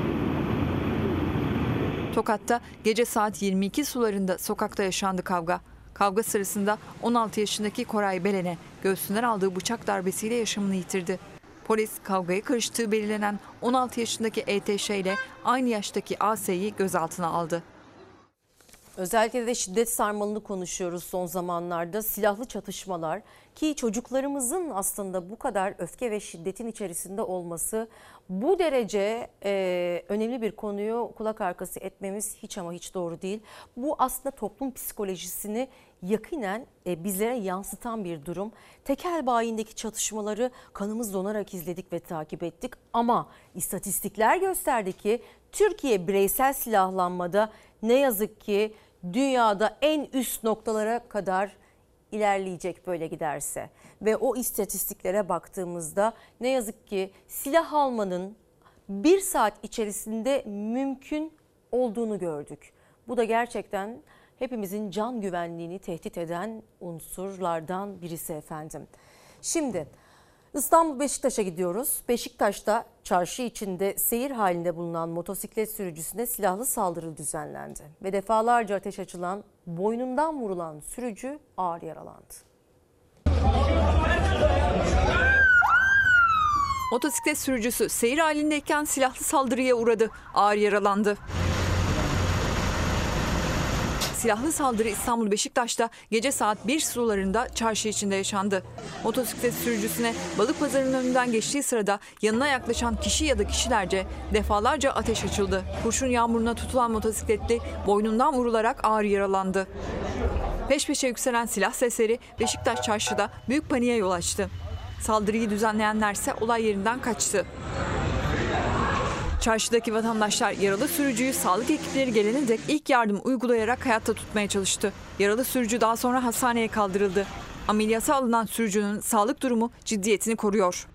Tokat'ta gece saat 22 sularında sokakta yaşandı kavga. Kavga sırasında 16 yaşındaki Koray Belen'e göğsünden aldığı bıçak darbesiyle yaşamını yitirdi. Polis kavgaya karıştığı belirlenen 16 yaşındaki ETŞ ile aynı yaştaki AS'yi gözaltına aldı. Özellikle de şiddet sarmalını konuşuyoruz son zamanlarda. Silahlı çatışmalar, ki çocuklarımızın aslında bu kadar öfke ve şiddetin içerisinde olması, bu derece önemli bir konuyu kulak arkası etmemiz hiç ama hiç doğru değil. Bu aslında toplum psikolojisini yakinen bizlere yansıtan bir durum. Tekel bayindeki çatışmaları kanımız donarak izledik ve takip ettik. Ama istatistikler gösterdi ki Türkiye bireysel silahlanmada ne yazık ki dünyada en üst noktalara kadar ilerleyecek böyle giderse. Ve o istatistiklere baktığımızda ne yazık ki silah almanın 1 saat içerisinde mümkün olduğunu gördük. Bu da gerçekten hepimizin can güvenliğini tehdit eden unsurlardan birisi efendim. Şimdi İstanbul Beşiktaş'a gidiyoruz. Beşiktaş'ta çarşı içinde seyir halinde bulunan motosiklet sürücüsüne silahlı saldırı düzenlendi. Ve defalarca ateş açılan, boynundan vurulan sürücü ağır yaralandı. Motosiklet sürücüsü seyir halindeyken silahlı saldırıya uğradı. Ağır yaralandı. Silahlı saldırı İstanbul Beşiktaş'ta gece saat 1 sularında çarşı içinde yaşandı. Motosiklet sürücüsüne Balıkpazarı'nın önünden geçtiği sırada yanına yaklaşan kişi ya da kişilerce defalarca ateş açıldı. Kurşun yağmuruna tutulan motosikletli boynundan vurularak ağır yaralandı. Peş peşe yükselen silah sesleri Beşiktaş çarşıda büyük paniğe yol açtı. Saldırıyı düzenleyenlerse olay yerinden kaçtı. Çarşıdaki vatandaşlar yaralı sürücüyü sağlık ekipleri gelene dek ilk yardım uygulayarak hayatta tutmaya çalıştı. Yaralı sürücü daha sonra hastaneye kaldırıldı. Ameliyata alınan sürücünün sağlık durumu ciddiyetini koruyor.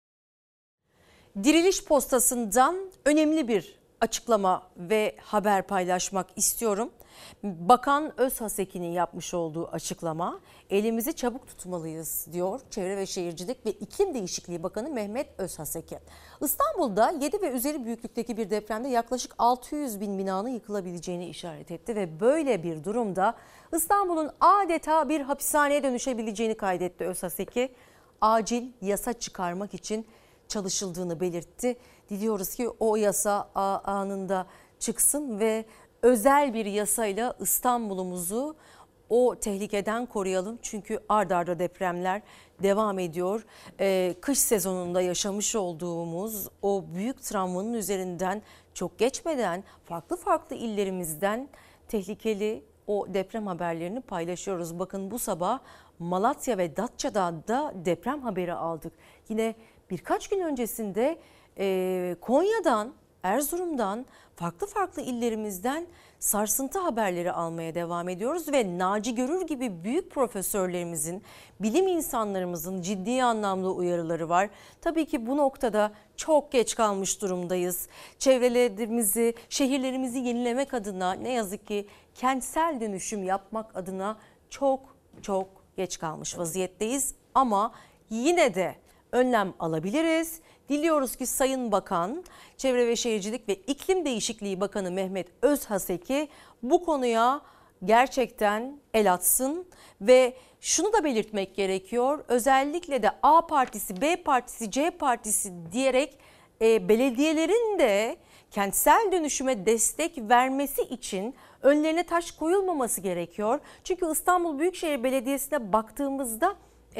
Diriliş Postası'ndan önemli bir açıklama ve haber paylaşmak istiyorum. Bakan Özhaseki'nin yapmış olduğu açıklama, elimizi çabuk tutmalıyız diyor Çevre ve Şehircilik ve İklim Değişikliği Bakanı Mehmet Özhaseki. İstanbul'da 7 ve üzeri büyüklükteki bir depremde yaklaşık 600 bin binanın yıkılabileceğini işaret etti ve böyle bir durumda İstanbul'un adeta bir hapishaneye dönüşebileceğini kaydetti Özhaseki. Acil yasa çıkarmak için çalışıldığını belirtti. Diliyoruz ki o yasa anında çıksın ve özel bir yasayla İstanbul'umuzu o tehlikeden koruyalım. Çünkü ard arda depremler devam ediyor. Kış sezonunda yaşamış olduğumuz o büyük travmanın üzerinden çok geçmeden farklı illerimizden tehlikeli o deprem haberlerini paylaşıyoruz. Bakın bu sabah Malatya ve Datça'dan da deprem haberi aldık. Yine birkaç gün öncesinde Konya'dan, Erzurum'dan, farklı illerimizden sarsıntı haberleri almaya devam ediyoruz ve Naci Görür gibi büyük profesörlerimizin, bilim insanlarımızın ciddi anlamda uyarıları var. Tabii ki bu noktada çok geç kalmış durumdayız. Çevrelerimizi, şehirlerimizi yenilemek adına, ne yazık ki kentsel dönüşüm yapmak adına çok geç kalmış vaziyetteyiz. Ama yine de önlem alabiliriz. Diliyoruz ki Sayın Bakan, Çevre ve Şehircilik ve İklim Değişikliği Bakanı Mehmet Özhaseki bu konuya gerçekten el atsın ve şunu da belirtmek gerekiyor. Özellikle de A partisi, B partisi, C partisi diyerek belediyelerin de kentsel dönüşüme destek vermesi için önlerine taş koyulmaması gerekiyor. Çünkü İstanbul Büyükşehir Belediyesi'ne baktığımızda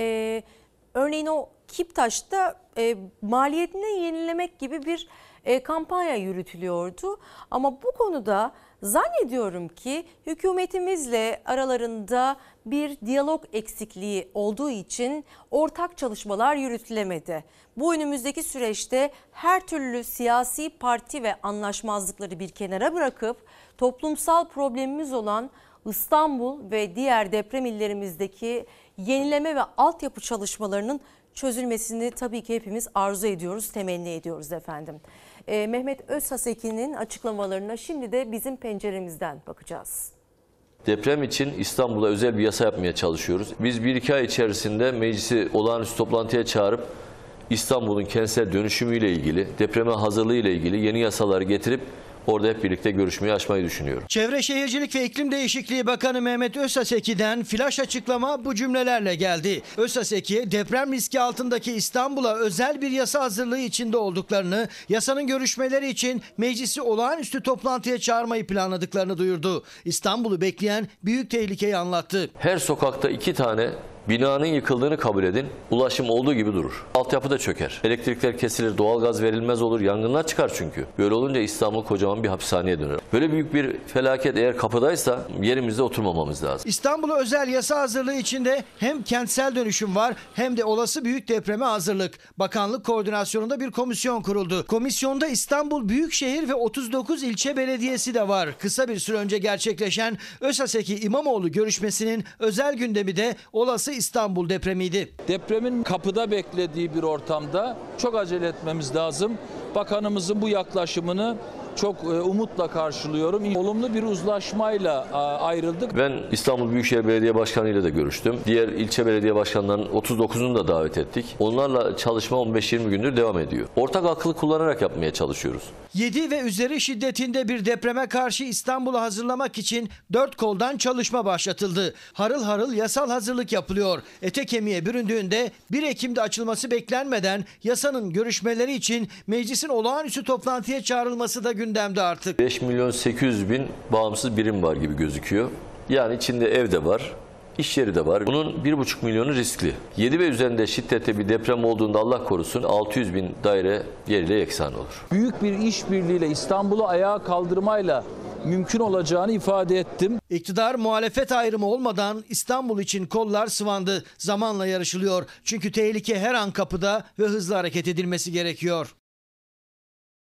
örneğin o Kiptaş'ta maliyetini yenilemek gibi bir kampanya yürütülüyordu. Ama bu konuda zannediyorum ki hükümetimizle aralarında bir diyalog eksikliği olduğu için ortak çalışmalar yürütülemedi. Bu önümüzdeki süreçte her türlü siyasi parti ve anlaşmazlıkları bir kenara bırakıp toplumsal problemimiz olan İstanbul ve diğer deprem illerimizdeki yenileme ve altyapı çalışmalarının çözülmesini tabii ki hepimiz arzu ediyoruz, temenni ediyoruz efendim. Mehmet Özhaseki'nin açıklamalarına şimdi de bizim penceremizden bakacağız. Deprem için İstanbul'a özel bir yasa yapmaya çalışıyoruz. Biz 1-2 ay içerisinde meclisi olağanüstü toplantıya çağırıp İstanbul'un kentsel dönüşümüyle ilgili, depreme hazırlığı ile ilgili yeni yasaları getirip orada hep birlikte görüşmeyi açmayı düşünüyorum. Çevre Şehircilik ve İklim Değişikliği Bakanı Mehmet Özhaseki'den flaş açıklama bu cümlelerle geldi. Özhaseki deprem riski altındaki İstanbul'a özel bir yasa hazırlığı içinde olduklarını, yasanın görüşmeleri için meclisi olağanüstü toplantıya çağırmayı planladıklarını duyurdu. İstanbul'u bekleyen büyük tehlikeyi anlattı. Her sokakta 2 tane binanın yıkıldığını kabul edin. Ulaşım olduğu gibi durur. Altyapı da çöker. Elektrikler kesilir, doğalgaz verilmez olur. Yangınlar çıkar çünkü. Böyle olunca İstanbul kocaman bir hapishaneye döner. Böyle büyük bir felaket eğer kapıdaysa yerimizde oturmamamız lazım. İstanbul'a özel yasa hazırlığı içinde hem kentsel dönüşüm var hem de olası büyük depreme hazırlık. Bakanlık koordinasyonunda bir komisyon kuruldu. Komisyonda İstanbul Büyükşehir ve 39 ilçe belediyesi de var. Kısa bir süre önce gerçekleşen Özhaseki İmamoğlu görüşmesinin özel gündemi de olası İstanbul depremiydi. Depremin kapıda beklediği bir ortamda çok acele etmemiz lazım. Bakanımızın bu yaklaşımını çok umutla karşılıyorum. Olumlu bir uzlaşmayla ayrıldık. Ben İstanbul Büyükşehir Belediye Başkanı ile de görüştüm. Diğer ilçe belediye başkanlarının 39'unu da davet ettik. Onlarla çalışma 15-20 gündür devam ediyor. Ortak akıllı kullanarak yapmaya çalışıyoruz. 7 ve üzeri şiddetinde bir depreme karşı İstanbul'u hazırlamak için 4 koldan çalışma başlatıldı. Harıl harıl yasal hazırlık yapılıyor. Ete kemiğe büründüğünde 1 Ekim'de açılması beklenmeden yasanın görüşmeleri için meclisin olağanüstü toplantıya çağrılması da gündemde artık. 5.800.000 bağımsız birim var gibi gözüküyor. Yani içinde ev de var, iş yeri de var. Bunun 1,5 milyonu riskli. 7 ve üzerinde şiddetli bir deprem olduğunda Allah korusun 600.000 daire yeriyle yeksan olur. Büyük bir işbirliğiyle İstanbul'u ayağa kaldırmayla mümkün olacağını ifade ettim. İktidar muhalefet ayrımı olmadan İstanbul için kollar sıvandı. Zamanla yarışılıyor. Çünkü tehlike her an kapıda ve hızlı hareket edilmesi gerekiyor.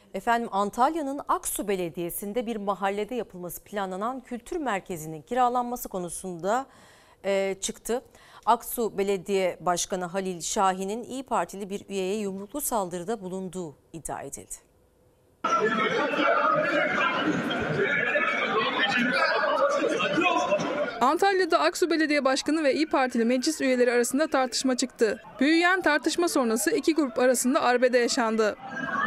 Efendim, Antalya'nın Aksu Belediyesi'nde bir mahallede yapılması planlanan kültür merkezinin kiralanması konusunda çıktı. Aksu Belediye Başkanı Halil Şahin'in İYİ Partili bir üyeye yumruklu saldırıda bulunduğu iddia edildi. Antalya'da Aksu Belediye Başkanı ve İYİ Partili meclis üyeleri arasında tartışma çıktı. Büyüyen tartışma sonrası iki grup arasında arbede yaşandı.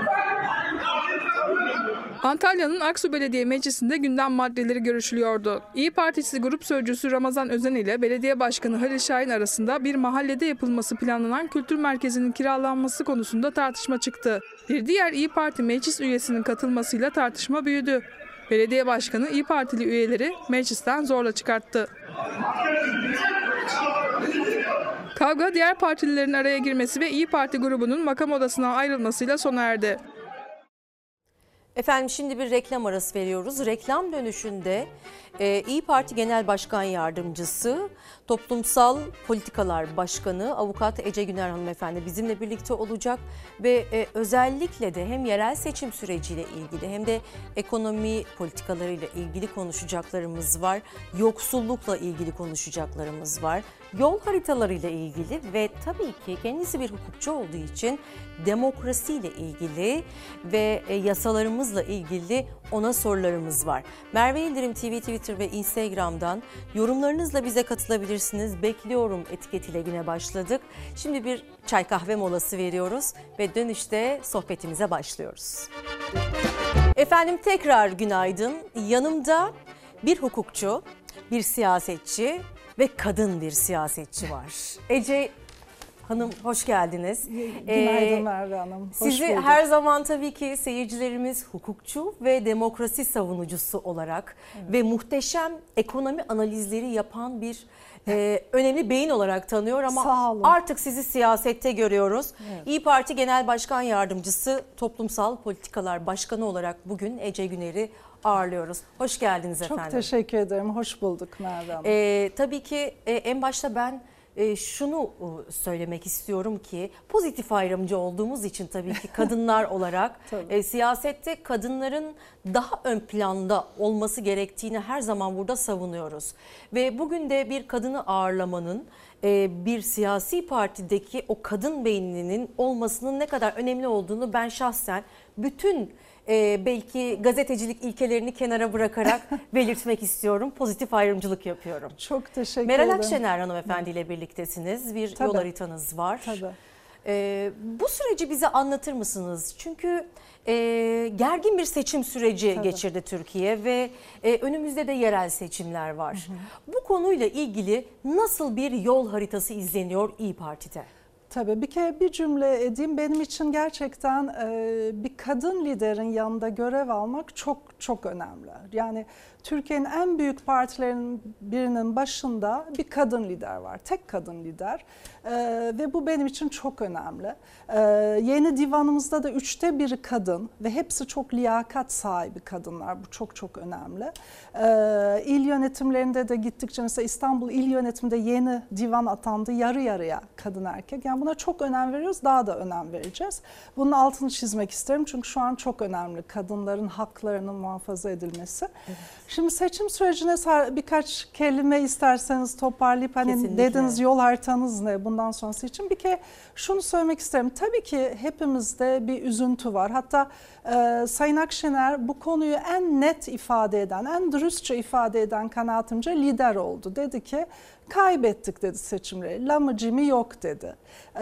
Antalya'nın Aksu Belediye Meclisi'nde gündem maddeleri görüşülüyordu. İYİ Partisi Grup Sözcüsü Ramazan Özen ile Belediye Başkanı Halil Şahin arasında bir mahallede yapılması planlanan kültür merkezinin kiralanması konusunda tartışma çıktı. Bir diğer İYİ Parti meclis üyesinin katılmasıyla tartışma büyüdü. Belediye Başkanı İYİ Partili üyeleri meclisten zorla çıkarttı. Kavga diğer partililerin araya girmesi ve İYİ Parti grubunun makam odasına ayrılmasıyla sona erdi. Efendim, şimdi bir reklam arası veriyoruz. Reklam dönüşünde İYİ Parti Genel Başkan Yardımcısı, Toplumsal Politikalar Başkanı Avukat Ece Güner hanımefendi bizimle birlikte olacak ve özellikle de hem yerel seçim süreciyle ilgili hem de ekonomi politikalarıyla ilgili konuşacaklarımız var. Yoksullukla ilgili konuşacaklarımız var. Yol haritalarıyla ilgili ve tabii ki kendisi bir hukukçu olduğu için demokrasiyle ilgili ve yasalarımızla ilgili ona sorularımız var. Merve Yıldırım TV, Twitter ve Instagram'dan yorumlarınızla bize katılabilirsiniz. Bekliyorum etiketiyle güne başladık. Şimdi bir çay kahve molası veriyoruz ve dönüşte sohbetimize başlıyoruz. Efendim, tekrar günaydın. Yanımda bir hukukçu, bir siyasetçi ve kadın bir siyasetçi var. Ece Hanım, hoş geldiniz. Günaydın Merve Hanım. Hoş sizi bulduk. her zaman tabii ki seyircilerimiz hukukçu ve demokrasi savunucusu olarak ve muhteşem ekonomi analizleri yapan bir önemli beyin olarak tanıyor ama artık sizi siyasette görüyoruz. Evet. İYİ Parti Genel Başkan Yardımcısı, Toplumsal Politikalar Başkanı olarak bugün Ece Güner'i ağırlıyoruz. Hoş geldiniz efendim. Çok teşekkür ederim. Hoş bulduk Merve Hanım. Tabii ki en başta ben şunu söylemek istiyorum ki pozitif ayrımcı olduğumuz için tabii ki kadınlar olarak siyasette kadınların daha ön planda olması gerektiğini her zaman burada savunuyoruz. Ve bugün de bir kadını ağırlamanın bir siyasi partideki o kadın beyninin olmasının ne kadar önemli olduğunu ben şahsen bütün belki gazetecilik ilkelerini kenara bırakarak belirtmek istiyorum. Pozitif ayrımcılık yapıyorum. Çok teşekkür Meral ederim. Akşener hanımefendi ile birliktesiniz. Bir yol haritanız var. Bu süreci bize anlatır mısınız? Çünkü gergin bir seçim süreci geçirdi Türkiye ve önümüzde de yerel seçimler var. Bu konuyla ilgili nasıl bir yol haritası izleniyor İYİ Parti'de? Tabii, bir kere bir cümle edeyim. Benim için gerçekten bir kadın liderin yanında görev almak çok çok önemli. Yani Türkiye'nin en büyük partilerinin birinin başında bir kadın lider var. Tek kadın lider ve bu benim için çok önemli. Yeni divanımızda da 1/3 kadın ve hepsi çok liyakat sahibi kadınlar. Bu çok çok önemli. İl yönetimlerinde de gittikçe, mesela İstanbul İl Yönetiminde yeni divan atandı, yarı yarıya kadın erkek. Yani buna çok önem veriyoruz, daha da önem vereceğiz. Bunun altını çizmek isterim çünkü şu an çok önemli kadınların haklarının muhafaza edilmesi. Evet. Şimdi seçim sürecine birkaç kelime isterseniz toparlayıp hani dediniz yol haritanız ne bundan sonrası için, bir kere şunu söylemek isterim. Tabii ki hepimizde bir üzüntü var. Hatta Sayın Akşener bu konuyu en net ifade eden, en dürüstçe ifade eden kanaatimce lider oldu. Dedi ki kaybettik dedi seçimleri. Lamıcımı yok dedi.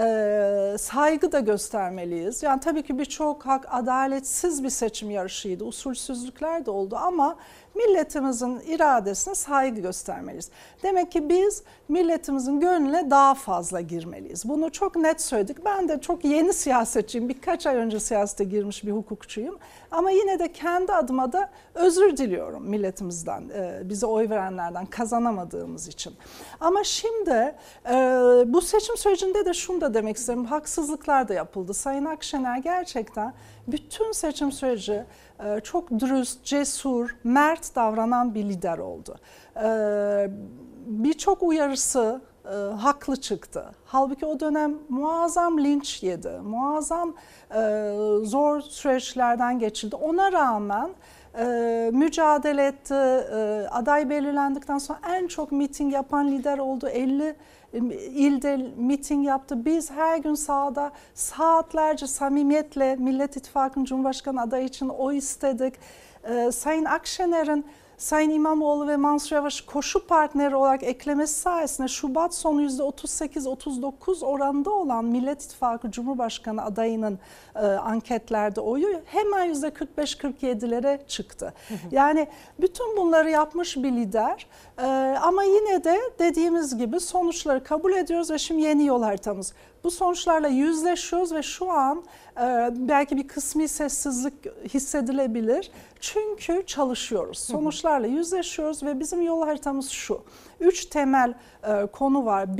Saygı da göstermeliyiz. Yani tabii ki birçok adaletsiz bir seçim yarışıydı. Usulsüzlükler de oldu ama milletimizin iradesine saygı göstermeliyiz. Demek ki biz milletimizin gönlüne daha fazla girmeliyiz. Bunu çok net söyledik. Ben de çok yeni siyasetçiyim. Birkaç ay önce siyasete girmiş bir hukukçuyum. Ama yine de kendi adıma da özür diliyorum milletimizden, bize oy verenlerden kazanamadığımız için. Ama şimdi bu seçim sürecinde de şunu da demek isterim. Haksızlıklar da yapıldı. Sayın Akşener gerçekten bütün seçim süreci çok dürüst, cesur, mert davranan bir lider oldu. Birçok uyarısı haklı çıktı. Halbuki o dönem muazzam linç yedi, muazzam zor süreçlerden geçirdi. Ona rağmen mücadele etti. Aday belirlendikten sonra en çok miting yapan lider oldu. 50 ilde miting yaptı. Biz her gün sahada saatlerce samimiyetle Millet İttifakı'nın Cumhurbaşkanı adayı için oy istedik. Sayın Akşener'in Sayın İmamoğlu ve Mansur Yavaş koşu partneri olarak eklemesi sayesinde Şubat sonu %38-39 oranında olan Millet İttifakı Cumhurbaşkanı adayının anketlerde oyu hemen %45-47'lere çıktı. Yani bütün bunları yapmış bir lider ama yine de dediğimiz gibi sonuçları kabul ediyoruz ve şimdi yeni yol haritamız. Bu sonuçlarla yüzleşiyoruz ve şu an belki bir kısmi sessizlik hissedilebilir. Çünkü çalışıyoruz. Sonuçlarla yüzleşiyoruz ve bizim yol haritamız şu. 3 temel konu var.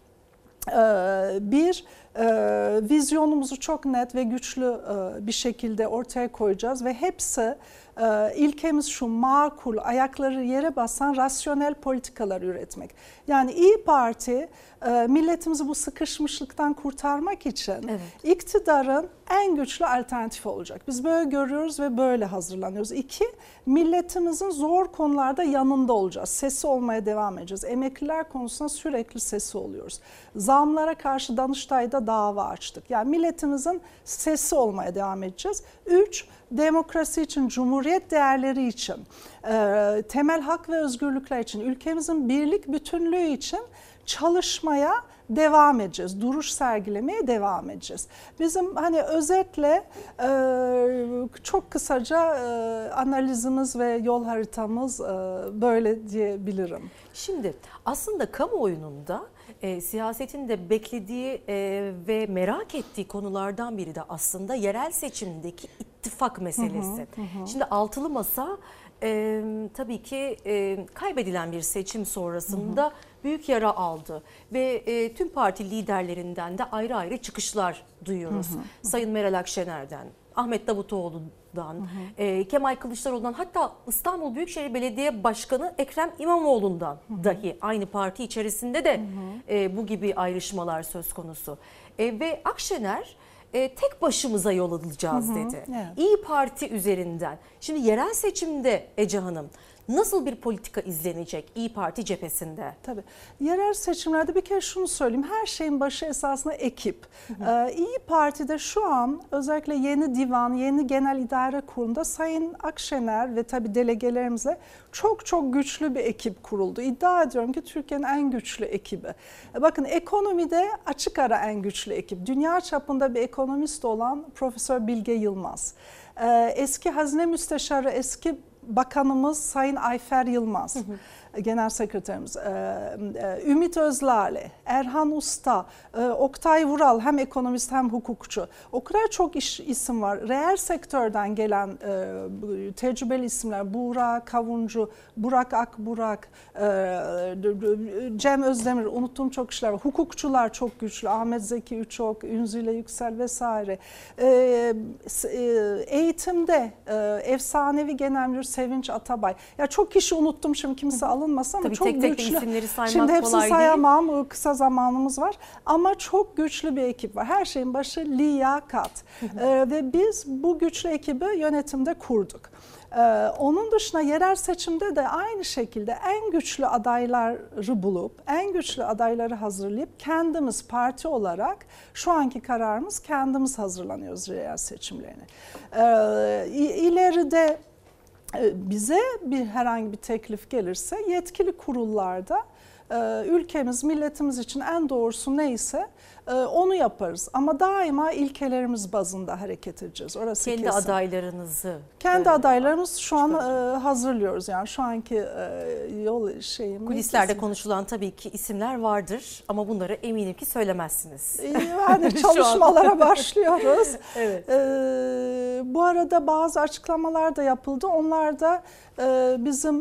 Bir vizyonumuzu çok net ve güçlü bir şekilde ortaya koyacağız ve hepsi ilkemiz şu: makul, ayakları yere basan rasyonel politikalar üretmek. Yani İYİ Parti milletimizi bu sıkışmışlıktan kurtarmak için iktidarın en güçlü alternatifi olacak. Biz böyle görüyoruz ve böyle hazırlanıyoruz. 2, milletimizin zor konularda yanında olacağız. Sesi olmaya devam edeceğiz. Emekliler konusunda sürekli sesi oluyoruz. Zamlara karşı Danıştay'da dava açtık. Yani milletimizin sesi olmaya devam edeceğiz. 3, demokrasi için, cumhuriyet değerleri için, temel hak ve özgürlükler için, ülkemizin birlik bütünlüğü için çalışmaya devam edeceğiz. Duruş sergilemeye devam edeceğiz. Bizim hani özetle çok kısaca analizimiz ve yol haritamız böyle diyebilirim. Şimdi aslında kamuoyunun da siyasetin de beklediği ve merak ettiği konulardan biri de aslında yerel seçimdeki ittifak meselesi. Şimdi altılı masa tabii ki kaybedilen bir seçim sonrasında büyük yara aldı ve tüm parti liderlerinden de ayrı ayrı çıkışlar duyuyoruz. Sayın Meral Akşener'den, Ahmet Davutoğlu'dan, Kemal Kılıçdaroğlu'ndan, hatta İstanbul Büyükşehir Belediye Başkanı Ekrem İmamoğlu'ndan dahi aynı parti içerisinde de bu gibi ayrışmalar söz konusu. Ve Akşener tek başımıza yol alacağız dedi. İYİ Parti üzerinden. Şimdi yerel seçimde Ece Hanım nasıl bir politika izlenecek İYİ Parti cephesinde? Tabii. Yerel seçimlerde bir kere şunu söyleyeyim. Her şeyin başı esasında ekip. İYİ Parti'de şu an özellikle yeni divan, yeni genel idare kurulunda Sayın Akşener ve tabii delegelerimizle çok güçlü bir ekip kuruldu. İddia ediyorum ki Türkiye'nin en güçlü ekibi. Bakın, ekonomide açık ara en güçlü ekip. Dünya çapında bir ekonomist olan Profesör Bilge Yılmaz. Eski Hazine Müsteşarı, eski Bakanımız Sayın Ayfer Yılmaz, Genel Sekreterimiz, Ümit Özlale, Erhan Usta, Oktay Vural, hem ekonomist hem hukukçu. O kadar çok isim var. Reel sektörden gelen tecrübeli isimler: Buğra Kavuncu, Burak Akburak, Cem Özdemir, unuttuğum çok kişiler var. Hukukçular çok güçlü: Ahmet Zeki Üçok, Ünzile Yüksel vesaire. Eğitimde efsanevi Genel Müdür Sevinç Atabay. Ya çok kişi unuttum şimdi, kimse alınmasın ama tabii çok tek tek güçlü. isimleri saymak şimdi hepsini kolay sayamam, değil. kısa zamanımız var ama çok güçlü bir ekip var. Her şeyin başı liyakat. Ve biz bu güçlü ekibi yönetimde kurduk. Onun dışında yerel seçimde de aynı şekilde en güçlü adayları bulup, en güçlü adayları hazırlayıp kendimiz parti olarak, şu anki kararımız, kendimiz hazırlanıyoruz yerel seçimlerine. İleride bize herhangi bir teklif gelirse yetkili kurullarda ülkemiz, milletimiz için en doğrusu neyse onu yaparız. Ama daima ilkelerimiz bazında hareket edeceğiz. Orası kendi kesin. adaylarınızı. Kendi adaylarımız şu an hazırlıyoruz. Yani şu anki yol şeyimiz. Kulislerde kesin. konuşulan tabii ki isimler vardır ama bunları eminim ki söylemezsiniz. Yani çalışmalara başlıyoruz. Evet. Bu arada bazı açıklamalar da yapıldı. Onlar da bizim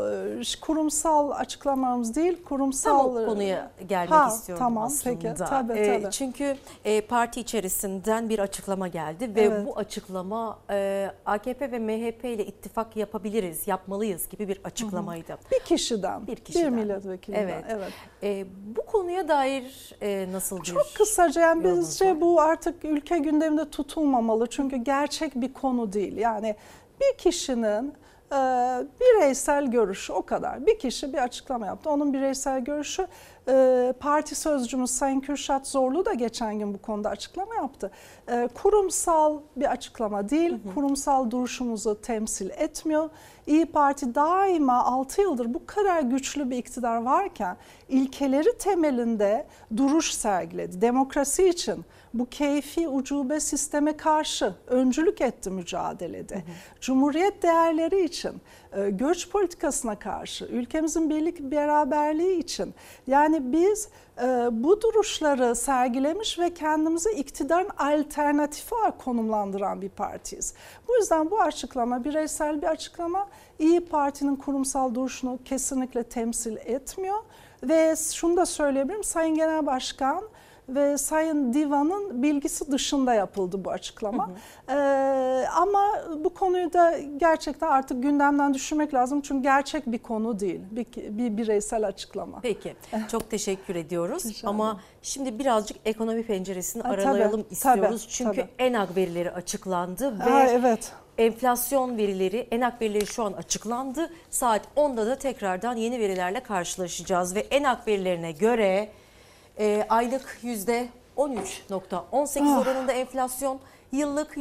kurumsal açıklamalarımız değil, kurumsal... Tam o konuya gelmek istiyorum tamam, aslında. Peki, tabii. Tabii. Çünkü parti içerisinden bir açıklama geldi ve bu açıklama AKP ve MHP ile ittifak yapabiliriz, yapmalıyız gibi bir açıklamaydı. Bir kişiden, bir milletvekilinden. Evet. Bu konuya dair nasıl bir Çok kısaca yani yorumunuz bizce var? bu artık ülke gündeminde tutulmamalı. Çünkü gerçek bir konu değil. Yani bir kişinin bireysel görüşü, o kadar. Bir kişi bir açıklama yaptı. Onun bireysel görüşü. Parti sözcümüz Sayın Kürşat Zorlu da geçen gün bu konuda açıklama yaptı. Kurumsal bir açıklama değil, kurumsal duruşumuzu temsil etmiyor. İYİ Parti daima 6 yıldır bu kadar güçlü bir iktidar varken ilkeleri temelinde duruş sergiledi. Demokrasi için bu keyfi ucube sisteme karşı öncülük etti mücadelede. Cumhuriyet değerleri için, göç politikasına karşı, ülkemizin birlik beraberliği için. Yani biz bu duruşları sergilemiş ve kendimizi iktidarın alternatifi olarak konumlandıran bir partiyiz. Bu yüzden bu açıklama bireysel bir açıklama. İYİ Parti'nin kurumsal duruşunu kesinlikle temsil etmiyor. Ve şunu da söyleyebilirim, Sayın Genel Başkan ve Sayın Divan'ın bilgisi dışında yapıldı bu açıklama. Ama bu konuyu da gerçekten artık gündemden düşürmek lazım. Çünkü gerçek bir konu değil. Bir bireysel açıklama. Peki. Çok teşekkür ediyoruz. Ama şimdi birazcık ekonomi penceresini aralayalım istiyoruz. Çünkü ENAG verileri açıklandı ve enflasyon verileri, ENAG verileri şu an açıklandı. Saat 10'da da tekrardan yeni verilerle karşılaşacağız ve ENAG verilerine göre aylık %13.18 oranında enflasyon, yıllık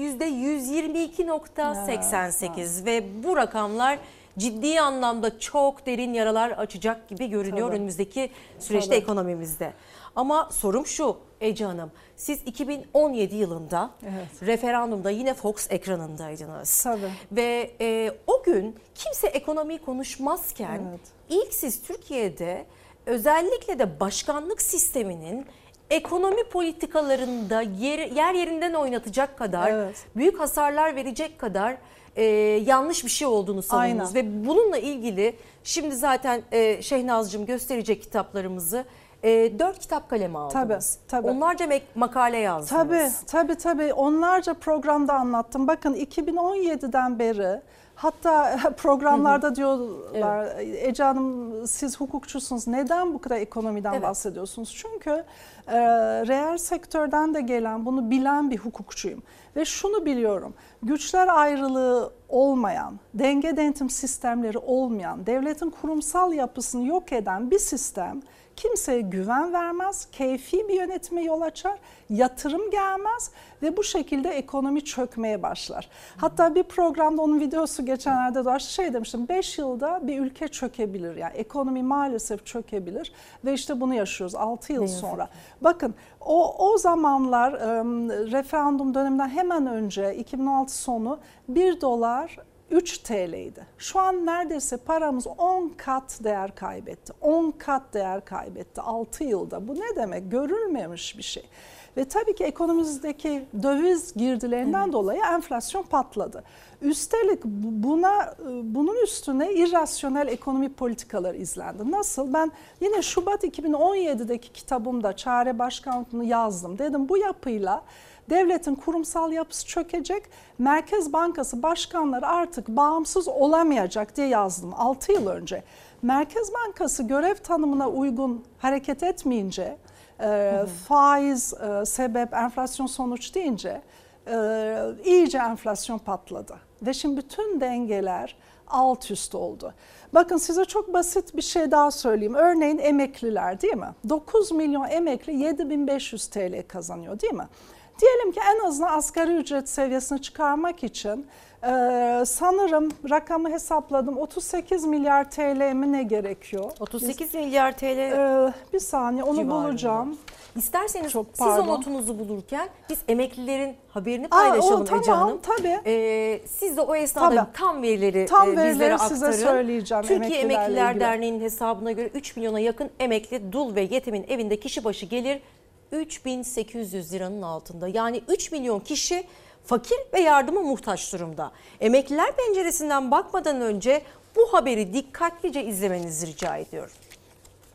%122.88 ve bu rakamlar ciddi anlamda çok derin yaralar açacak gibi görünüyor önümüzdeki süreçte ekonomimizde. Ama sorum şu Ece Hanım, siz 2017 yılında referandumda yine Fox ekranındaydınız. Ve o gün kimse ekonomiyi konuşmazken ilk siz Türkiye'de özellikle de başkanlık sisteminin ekonomi politikalarında yer yerinden oynatacak kadar, büyük hasarlar verecek kadar yanlış bir şey olduğunu savundunuz. Ve bununla ilgili şimdi zaten Şehnaz'cığım gösterecek kitaplarımızı. 4 kitap kaleme aldınız. Tabii. Onlarca makale yazdınız. Tabii. Onlarca programda anlattım. Bakın 2017'den beri hatta programlarda diyorlar Ece Hanım siz hukukçusunuz. Neden bu kadar ekonomiden bahsediyorsunuz? Çünkü reel sektörden de gelen, bunu bilen bir hukukçuyum. Ve şunu biliyorum. Güçler ayrılığı olmayan, denge denetim sistemleri olmayan, devletin kurumsal yapısını yok eden bir sistem kimseye güven vermez, keyfi bir yönetime yol açar, yatırım gelmez ve bu şekilde ekonomi çökmeye başlar. Hatta bir programda onun videosu geçenlerde dolaştı, demiştim 5 yılda bir ülke çökebilir, yani ekonomi maalesef çökebilir ve işte bunu yaşıyoruz 6 yıl sonra. Bakın o zamanlar referandum döneminden hemen önce 2016 sonu 1 dolar 3 TL'ydi. Şu an neredeyse paramız 10 kat değer kaybetti. 10 kat değer kaybetti 6 yılda. Bu ne demek? Görülmemiş bir şey. Ve tabii ki ekonomimizdeki döviz girdilerinden dolayı enflasyon patladı. Üstelik bunun üstüne irrasyonel ekonomi politikaları izlendi. Nasıl? Ben yine Şubat 2017'deki kitabımda Çare Başkanlığı'nı yazdım. Dedim bu yapıyla devletin kurumsal yapısı çökecek, Merkez Bankası başkanları artık bağımsız olamayacak diye yazdım 6 yıl önce. Merkez Bankası görev tanımına uygun hareket etmeyince, faiz sebep, enflasyon sonuç deyince iyice enflasyon patladı. Ve şimdi bütün dengeler alt üst oldu. Bakın size çok basit bir şey daha söyleyeyim. Örneğin emekliler değil mi? 9 milyon emekli 7.500 TL kazanıyor değil mi? Diyelim ki en azından asgari ücret seviyesini çıkarmak için sanırım rakamı hesapladım 38 milyar TL mi ne gerekiyor? 38 milyar TL bir saniye onu civarında bulacağım. İsterseniz siz o notunuzu bulurken biz emeklilerin haberini paylaşalım Ece Hanım. Siz de o esnada tam verileri bizlere aktarın. Size söyleyeceğim. Türkiye Emekliler Derneği'nin hesabına göre 3 milyona yakın emekli, dul ve yetimin evinde kişi başı gelir 3.800 liranın altında. Yani 3 milyon kişi fakir ve yardıma muhtaç durumda. Emekliler penceresinden bakmadan önce bu haberi dikkatlice izlemenizi rica ediyorum.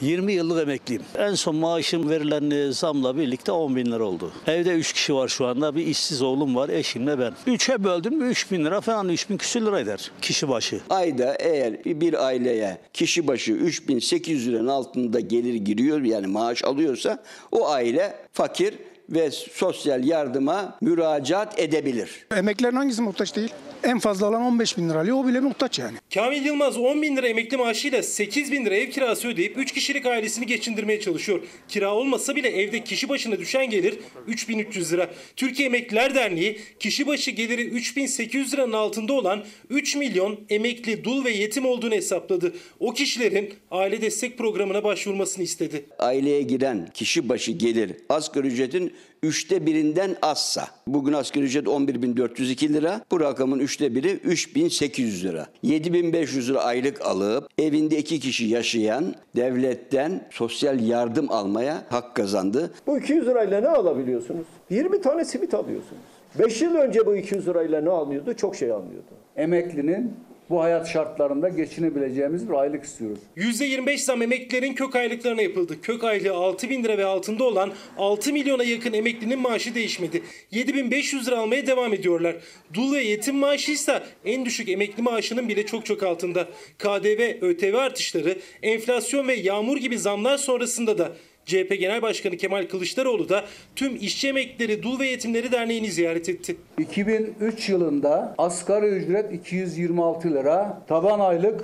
20 yıllık emekliyim. En son maaşım verilen zamla birlikte 10 bin lira oldu. Evde 3 kişi var şu anda. Bir işsiz oğlum var, eşimle ben. 3'e böldüm mü 3 bin lira falan, 3 bin küsür lira eder kişi başı. Ayda eğer bir aileye kişi başı 3.800 liranın altında gelir giriyor, yani maaş alıyorsa, o aile fakir ve sosyal yardıma müracaat edebilir. Emeklilerin hangisi muhtaç değil? En fazla olan 15 bin lira alıyor, o bile muhtaç yani. Kamil Yılmaz 10 bin lira emekli maaşıyla 8 bin lira ev kirası ödeyip 3 kişilik ailesini geçindirmeye çalışıyor. Kira olmasa bile evde kişi başına düşen gelir 3.300 lira. Türkiye Emekliler Derneği kişi başı geliri 3.800 liranın altında olan 3 milyon emekli, dul ve yetim olduğunu hesapladı. O kişilerin aile destek programına başvurmasını istedi. Aileye giren kişi başı gelir asgari ücretin 1/3'ünden azsa, bugün asgari ücret 11.402 lira, bu rakamın 1/3'ü 3.800 lira. 7.500 lira aylık alıp evinde 2 kişi yaşayan devletten sosyal yardım almaya hak kazandı. Bu 200 lirayla ne alabiliyorsunuz? 20 tane simit alıyorsunuz. 5 yıl önce bu 200 lirayla ne almıyordu? Çok şey almıyordu. Emeklinin bu hayat şartlarında geçinebileceğimiz bir aylık istiyoruz. %25 zam emeklilerin kök aylıklarına yapıldı. Kök aylığı 6 bin lira ve altında olan 6 milyona yakın emeklinin maaşı değişmedi. 7.500 lira almaya devam ediyorlar. Dul ve yetim maaşı ise en düşük emekli maaşının bile çok altında. KDV, ÖTV artışları, enflasyon ve yağmur gibi zamlar sonrasında da CHP Genel Başkanı Kemal Kılıçdaroğlu da tüm işçi emeklileri, dul ve yetimleri derneğini ziyaret etti. 2003 yılında asgari ücret 226 lira, taban aylık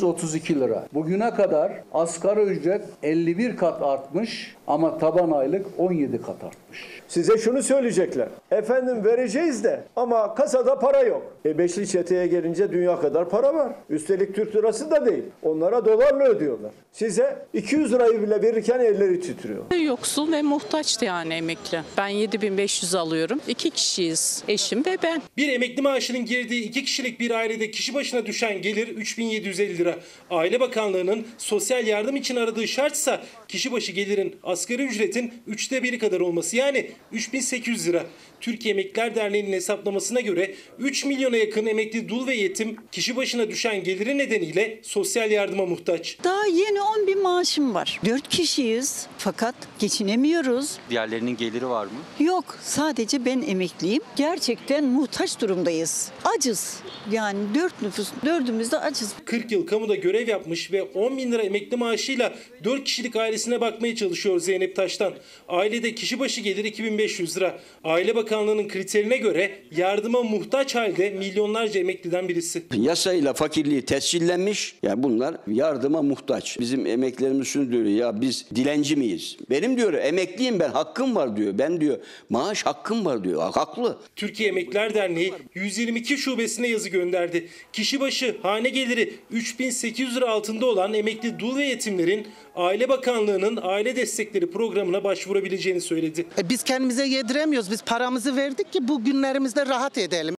332 lira. Bugüne kadar asgari ücret 51 kat artmış ama taban aylık 17 kat artmış. Size şunu söyleyecekler. Efendim vereceğiz de ama kasada para yok. Beşli çeteye gelince dünya kadar para var. Üstelik Türk lirası da değil. Onlara dolarla ödüyorlar. Size 200 lirayı bile verirken elleri titriyor. Yoksul ve muhtaçtı yani emekli. Ben 7.500 alıyorum. 2 kişiyiz. Eşim ve ben. Bir emekli maaşının girdiği 2 kişilik bir ailede kişi başına düşen gelir 3.750 lira. Aile Bakanlığı'nın sosyal yardım için aradığı şartsa kişi başı gelirin asgari ücretin 1/3 kadar olması, yani 3.800 lira. Türkiye Emekliler Derneği'nin hesaplamasına göre 3 milyona yakın emekli, dul ve yetim kişi başına düşen geliri nedeniyle sosyal yardıma muhtaç. Daha yeni 10 bin maaşım var. 4 kişiyiz fakat geçinemiyoruz. Diğerlerinin geliri var mı? Yok, sadece ben emekliyim. Gerçekten muhtaç durumdayız. Acız. Yani 4 nüfus, 4'ümüz de acız. 40 yıl kamuda görev yapmış ve 10 bin lira emekli maaşıyla 4 kişilik ailesine bakmaya çalışıyor Zeynep Taştan. Ailede kişi başı gelir 2.500 lira. Aile Bakanlığı'nın kriterine göre yardıma muhtaç halde milyonlarca emekliden birisi. Yasayla fakirliği tescillenmiş. Yani bunlar yardıma muhtaç. Bizim emeklilerimiz şunu diyor, ya biz dilenci miyiz? Benim diyor emekliyim ben, hakkım var diyor. Ben diyor maaş hakkım var diyor. Haklı. Türkiye Emekliler Derneği 122 şubesine yazı gönderdi. Kişi başı hane geliri 3.800 lira altında olan emekli, dul ve yetimlerin Aile Bakanlığı'nın aile destekleri programına başvurabileceğini söyledi. Biz kendimize yediremiyoruz. Biz paramızı verdik ki bu günlerimizde rahat edelim.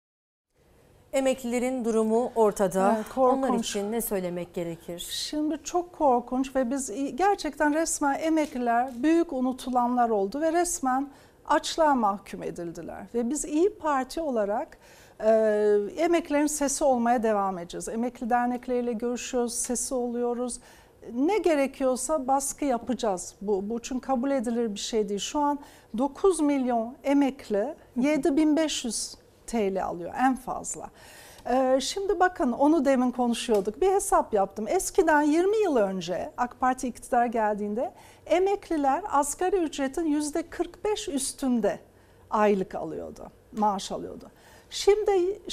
Emeklilerin durumu ortada. Evet, korkunç. Onlar için ne söylemek gerekir? Şimdi çok korkunç ve biz gerçekten resmen emekliler büyük unutulanlar oldu ve resmen açlığa mahkum edildiler. Ve biz İYİ Parti olarak emeklilerin sesi olmaya devam edeceğiz. Emekli dernekleriyle görüşüyoruz, sesi oluyoruz. Ne gerekiyorsa baskı yapacağız. Bu çünkü kabul edilir bir şey değil. Şu an 9 milyon emekli 7.500 TL alıyor en fazla. Şimdi bakın, onu demin konuşuyorduk. Bir hesap yaptım. Eskiden 20 yıl önce AK Parti iktidara geldiğinde emekliler asgari ücretin %45 üstünde aylık alıyordu, maaş alıyordu. Şimdi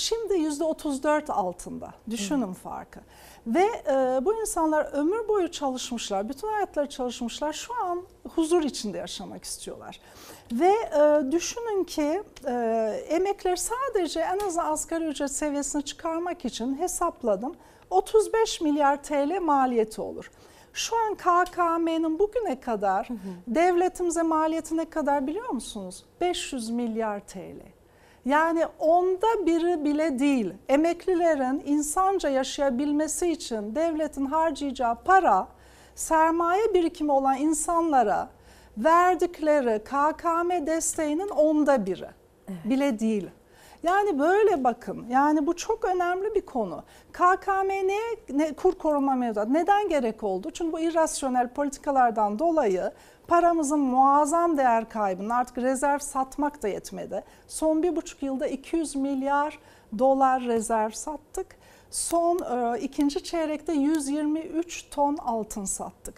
%34 altında. Düşünün farkı. Ve bu insanlar ömür boyu çalışmışlar, bütün hayatları çalışmışlar. Şu an huzur içinde yaşamak istiyorlar. Ve düşünün ki emekliler sadece en azından asgari ücret seviyesine çıkarmak için hesapladım 35 milyar TL maliyeti olur. Şu an KKM'nin bugüne kadar devletimize maliyeti ne kadar biliyor musunuz? 500 milyar TL. Yani 1/10 bile değil. Emeklilerin insanca yaşayabilmesi için devletin harcayacağı para, sermaye birikimi olan insanlara verdikleri KKM desteğinin 1/10 bile değil. Yani böyle bakın. Yani bu çok önemli bir konu. KKM kur koruma mevduatı neden gerek oldu? Çünkü bu irrasyonel politikalardan dolayı paramızın muazzam değer kaybının artık rezerv satmak da yetmedi. Son 1,5 yılda 200 milyar dolar rezerv sattık. Son ikinci çeyrekte 123 ton altın sattık.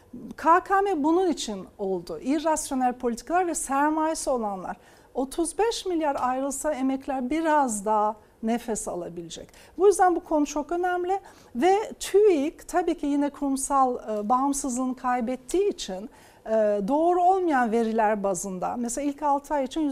KKM bunun için oldu. İrrasyonel politikalar ve sermayesi olanlar. 35 milyar ayrılsa emekliler biraz daha nefes alabilecek. Bu yüzden bu konu çok önemli ve TÜİK tabii ki yine kurumsal bağımsızlığını kaybettiği için doğru olmayan veriler bazında mesela ilk 6 ay için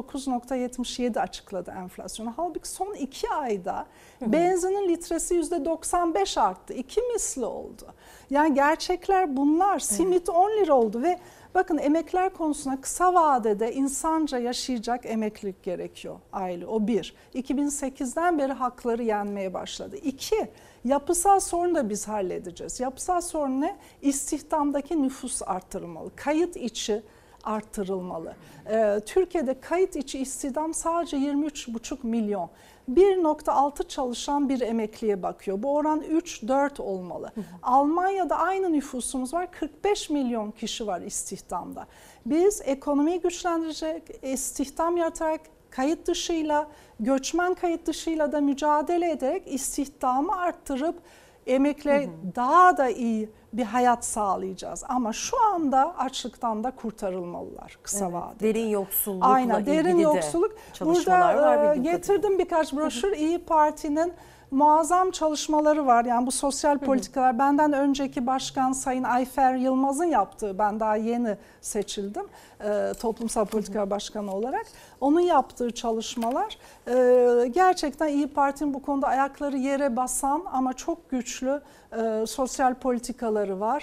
%19.77 açıkladı enflasyonu. Halbuki son 2 ayda benzinin litresi %95 arttı. 2 misli oldu. Yani gerçekler bunlar. Simit 10 lira oldu ve bakın emekliler konusuna kısa vadede insanca yaşayacak emeklilik gerekiyor aile. O bir. 2008'den beri hakları yenmeye başladı. 2. Yapısal sorunu da biz halledeceğiz. Yapısal sorun ne? İstihdamdaki nüfus arttırılmalı. Kayıt içi arttırılmalı. Türkiye'de kayıt içi istihdam sadece 23,5 milyon. 1,6 çalışan bir emekliye bakıyor. Bu oran 3-4 olmalı. Almanya'da aynı nüfusumuz var. 45 milyon kişi var istihdamda. Biz ekonomiyi güçlendirecek, istihdam yaratarak kayıt dışıyla, göçmen kayıt dışıyla da mücadele ederek istihdamı arttırıp emekliye daha da iyi bir hayat sağlayacağız. Ama şu anda açlıktan da kurtarılmalılar kısa vadede. Derin yoksullukla aynen, derin ilgili yoksulluk. de çalışmalar Burada var. Getirdim birkaç broşür. İyi Parti'nin muazzam çalışmaları var. Yani bu sosyal politikalar benden önceki başkan Sayın Ayfer Yılmaz'ın yaptığı, ben daha yeni seçildim toplumsal politika başkanı olarak. Onun yaptığı çalışmalar gerçekten İyi Parti'nin bu konuda ayakları yere basan ama çok güçlü sosyal politikaları var.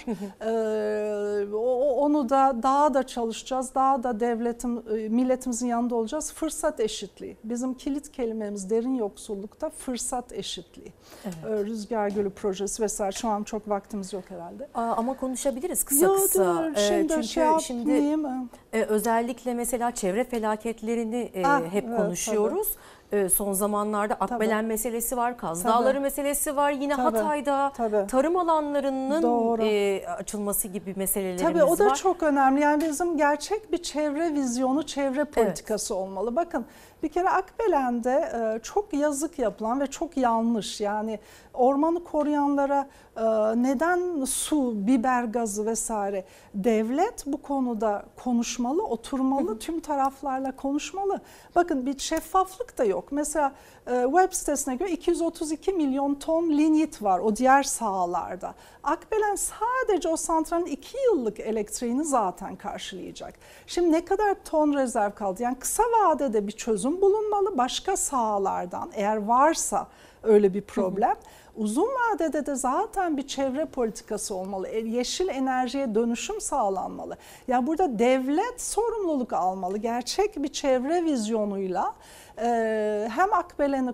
Onu da daha da çalışacağız. Daha da milletimizin yanında olacağız. Fırsat eşitliği. Bizim kilit kelimemiz derin yoksullukta fırsat eşitliği. Evet. Rüzgar Gölü projesi vesaire. Şu an çok vaktimiz yok herhalde. Ama konuşabiliriz kısa. Şimdi özellikle mesela çevre felaketlerini hep konuşuyoruz. Son zamanlarda Akbelen meselesi var, Kaz Dağları meselesi var. Yine Hatay'da tarım alanlarının açılması gibi meselelerimiz var. Tabii o da çok önemli. Yani bizim gerçek bir çevre vizyonu, çevre politikası olmalı. Bakın bir kere Akbelen'de çok yazık yapılan ve çok yanlış. Yani ormanı koruyanlara neden su, biber gazı vesaire? Devlet bu konuda konuşmalı, oturmalı, tüm taraflarla konuşmalı. Bakın bir şeffaflık da yok. Mesela web sitesine göre 232 milyon ton linyit var o diğer sahalarda. Akbelen sadece o santralin 2 yıllık elektriğini zaten karşılayacak. Şimdi ne kadar ton rezerv kaldı? Yani kısa vadede bir çözüm bulunmalı başka sahalardan eğer varsa öyle bir problem. Uzun vadede de zaten bir çevre politikası olmalı. Yeşil enerjiye dönüşüm sağlanmalı. Ya burada devlet sorumluluk almalı. Gerçek bir çevre vizyonuyla hem Akbelen'i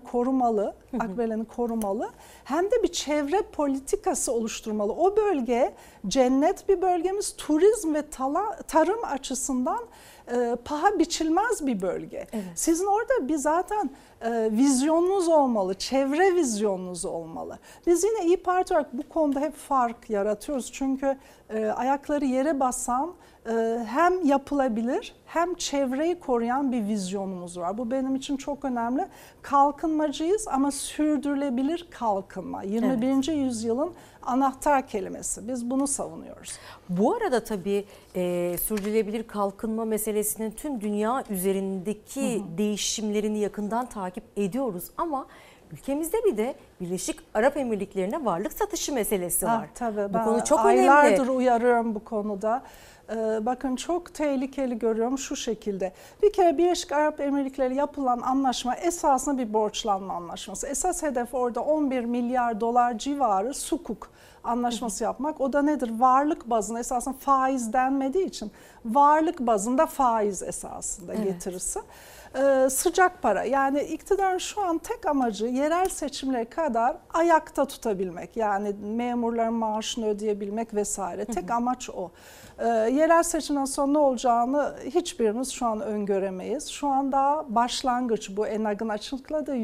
korumalı hem de bir çevre politikası oluşturmalı. O bölge cennet bir bölgemiz, turizm ve tarım açısından paha biçilmez bir bölge. Evet. Sizin orada bir zaten vizyonunuz olmalı, çevre vizyonunuz olmalı. Biz yine İyi Parti olarak bu konuda hep fark yaratıyoruz. Çünkü ayakları yere basan hem yapılabilir hem çevreyi koruyan bir vizyonumuz var. Bu benim için çok önemli. Kalkınmacıyız ama sürdürülebilir kalkınma. 21. yüzyılın anahtar kelimesi. Biz bunu savunuyoruz. Bu arada tabii sürdürülebilir kalkınma meselesinin tüm dünya üzerindeki değişimlerini yakından takip ediyoruz. Ama ülkemizde bir de Birleşik Arap Emirlikleri'ne varlık satışı meselesi var. Tabii, bu konu çok aylardır önemli. uyarıyorum bu konuda. Bakın çok tehlikeli görüyorum şu şekilde. Bir kere Birleşik Arap Emirlikleri yapılan anlaşma esasında bir borçlanma anlaşması. Esas hedef orada 11 milyar dolar civarı sukuk anlaşması yapmak. O da nedir? Varlık bazında esasında faiz denmediği için varlık bazında faiz esasında getirisi. Sıcak para. Yani iktidarın şu an tek amacı yerel seçimlere kadar ayakta tutabilmek. Yani memurların maaşını ödeyebilmek vesaire. Tek amaç o. Yerel seçimden sonra ne olacağını hiçbirimiz şu an öngöremeyiz. Şu an daha başlangıç. Bu ENAG'ın açıkladığı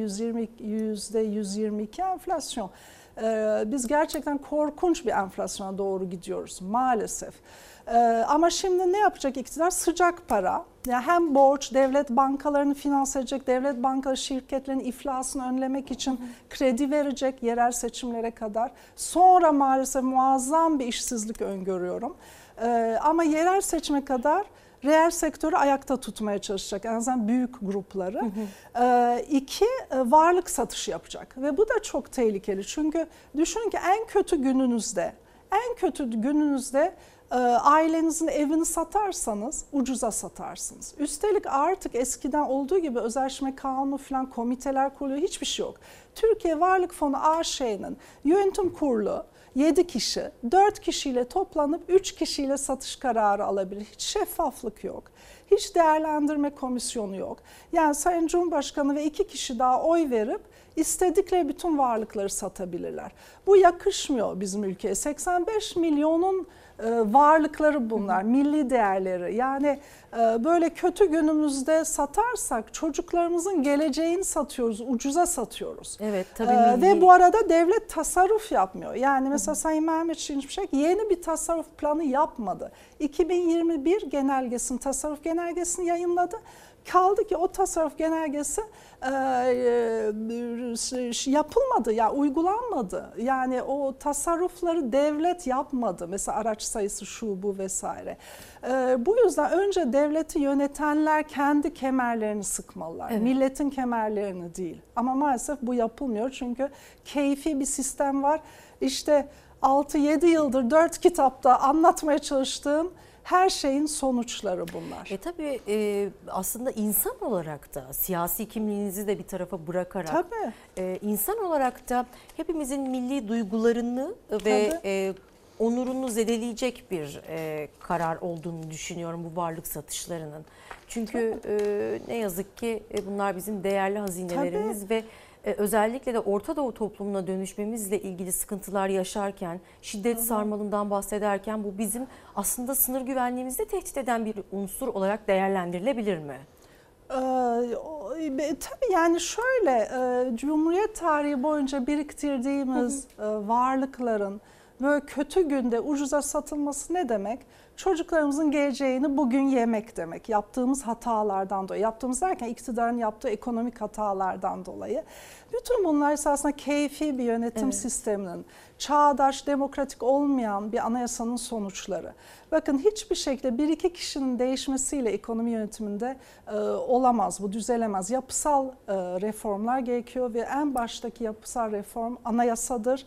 %122 enflasyon. Biz gerçekten korkunç bir enflasyona doğru gidiyoruz maalesef. Ama şimdi ne yapacak iktidar? Sıcak para. Yani hem borç, devlet bankalarını finanse edecek, devlet bankaları şirketlerin iflasını önlemek için kredi verecek yerel seçimlere kadar. Sonra maalesef muazzam bir işsizlik öngörüyorum. Ama yerel seçime kadar reel sektörü ayakta tutmaya çalışacak. En azından büyük grupları. İki, varlık satışı yapacak. Ve bu da çok tehlikeli. Çünkü düşünün ki en kötü gününüzde ailenizin evini satarsanız ucuza satarsınız. Üstelik artık eskiden olduğu gibi özelleşme kanunu falan komiteler kuruluyor, hiçbir şey yok. Türkiye Varlık Fonu AŞ'nin yönetim kurulu 7 kişi, 4 kişiyle toplanıp 3 kişiyle satış kararı alabilir. Hiç şeffaflık yok. Hiç değerlendirme komisyonu yok. Yani Sayın Cumhurbaşkanı ve 2 kişi daha oy verip istedikleri bütün varlıkları satabilirler. Bu yakışmıyor bizim ülkeye. 85 milyonun varlıkları bunlar, milli değerleri. Yani böyle kötü günümüzde satarsak çocuklarımızın geleceğini satıyoruz, ucuza satıyoruz. Evet, tabii. Ve bu arada devlet tasarruf yapmıyor. Yani mesela Sayın Mehmet Şimşek yeni bir tasarruf planı yapmadı. 2021 genelgesini, tasarruf genelgesini yayınladı. Kaldı ki o tasarruf genelgesi yapılmadı, ya uygulanmadı. Yani o tasarrufları devlet yapmadı. Mesela araç sayısı şu bu vesaire. Bu yüzden önce devleti yönetenler kendi kemerlerini sıkmalılar. Evet. Milletin kemerlerini değil. Ama maalesef bu yapılmıyor. Çünkü keyfi bir sistem var. İşte 6-7 yıldır 4 kitapta anlatmaya çalıştığım her şeyin sonuçları bunlar. Tabii aslında insan olarak da siyasi kimliğinizi de bir tarafa bırakarak insan olarak da hepimizin milli duygularını ve onurunu zedeleyecek bir karar olduğunu düşünüyorum bu varlık satışlarının. Çünkü ne yazık ki bunlar bizim değerli hazinelerimiz ve özellikle de Orta Doğu toplumuna dönüşmemizle ilgili sıkıntılar yaşarken, şiddet sarmalından bahsederken bu bizim aslında sınır güvenliğimizi de tehdit eden bir unsur olarak değerlendirilebilir mi? Tabii yani şöyle, Cumhuriyet tarihi boyunca biriktirdiğimiz varlıkların böyle kötü günde ucuza satılması ne demek? Çocuklarımızın geleceğini bugün yemek demek. Yaptığımız hatalardan dolayı. Yaptığımız derken iktidarın yaptığı ekonomik hatalardan dolayı. Bütün bunlar esasında keyfi bir yönetim sisteminin, çağdaş, demokratik olmayan bir anayasanın sonuçları. Bakın hiçbir şekilde bir iki kişinin değişmesiyle ekonomi yönetiminde olamaz, bu düzelemez. Yapısal reformlar gerekiyor ve en baştaki yapısal reform anayasadır.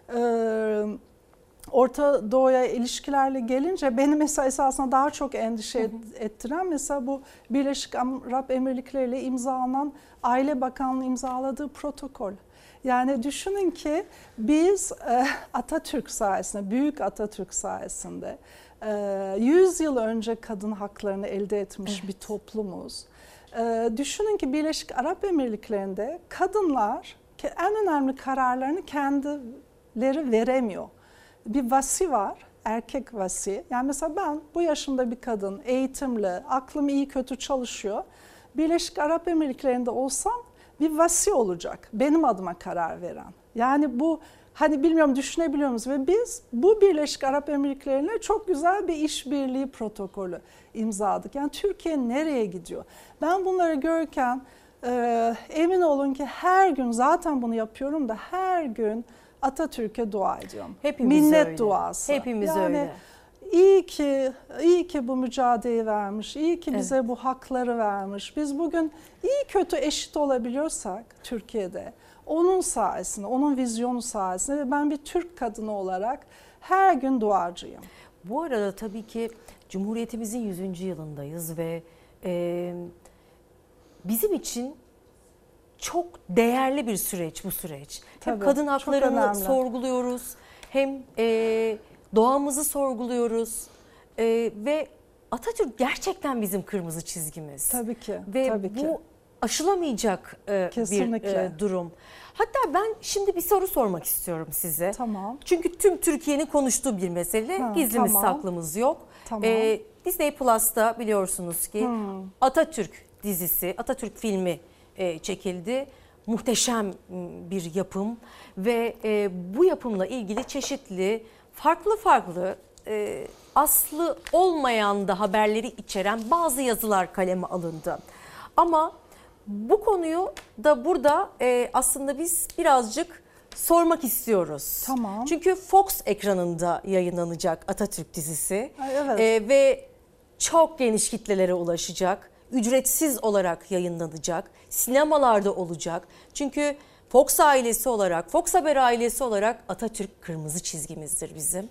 Orta Doğu'ya ilişkilerle gelince beni mesela esasında daha çok endişe ettiren mesela bu Birleşik Arap Emirlikleri ile imzalanan Aile Bakanlığı imzaladığı protokol. Yani düşünün ki biz Atatürk sayesinde, büyük Atatürk sayesinde 100 yıl önce kadın haklarını elde etmiş bir toplumuz. Düşünün ki Birleşik Arap Emirlikleri'nde kadınlar en önemli kararlarını kendileri veremiyor. Bir vasi var, erkek vasi. Yani mesela ben bu yaşımda bir kadın, eğitimli, aklım iyi kötü çalışıyor. Birleşik Arap Emirlikleri'nde olsam bir vasi olacak, benim adıma karar veren. Yani bu hani bilmiyorum düşünebiliyor musunuz? Ve biz bu Birleşik Arap Emirlikleri'yle çok güzel bir işbirliği protokolü imzaladık. Yani Türkiye nereye gidiyor? Ben bunları görürken emin olun ki her gün zaten bunu yapıyorum da her gün Atatürk'e dua ediyorum. Hepimiz minnet öyle. duası. Hepimiz yani, öyle. İyi ki bu mücadeleyi vermiş, iyi ki bize bu hakları vermiş. Biz bugün iyi kötü eşit olabiliyorsak Türkiye'de onun sayesinde, onun vizyonu sayesinde ve ben bir Türk kadını olarak her gün duacıyım. Bu arada tabii ki Cumhuriyetimizin 100. yılındayız ve bizim için çok değerli bir süreç bu süreç. Hem Tabii, kadın haklarını sorguluyoruz, hem doğamızı sorguluyoruz ve Atatürk gerçekten bizim kırmızı çizgimiz. Tabii ki. Ve tabii bu ki. aşılamayacak bir Kesinlikle. durum. Hatta ben şimdi bir soru sormak istiyorum size. Tamam. Çünkü tüm Türkiye'nin konuştuğu bir mesele. Gizlimiz tamam. saklımız yok. Tamam. Disney Plus'ta biliyorsunuz ki Atatürk dizisi, Atatürk filmi çekildi. Muhteşem bir yapım ve bu yapımla ilgili çeşitli farklı aslı olmayan da haberleri içeren bazı yazılar kaleme alındı. Ama bu konuyu da burada aslında biz birazcık sormak istiyoruz. Tamam. Çünkü Fox ekranında yayınlanacak Atatürk dizisi. Evet. Ve çok geniş kitlelere ulaşacak. Ücretsiz olarak yayınlanacak. Sinemalarda olacak. Çünkü Fox ailesi olarak, Fox Haber ailesi olarak Atatürk kırmızı çizgimizdir bizim.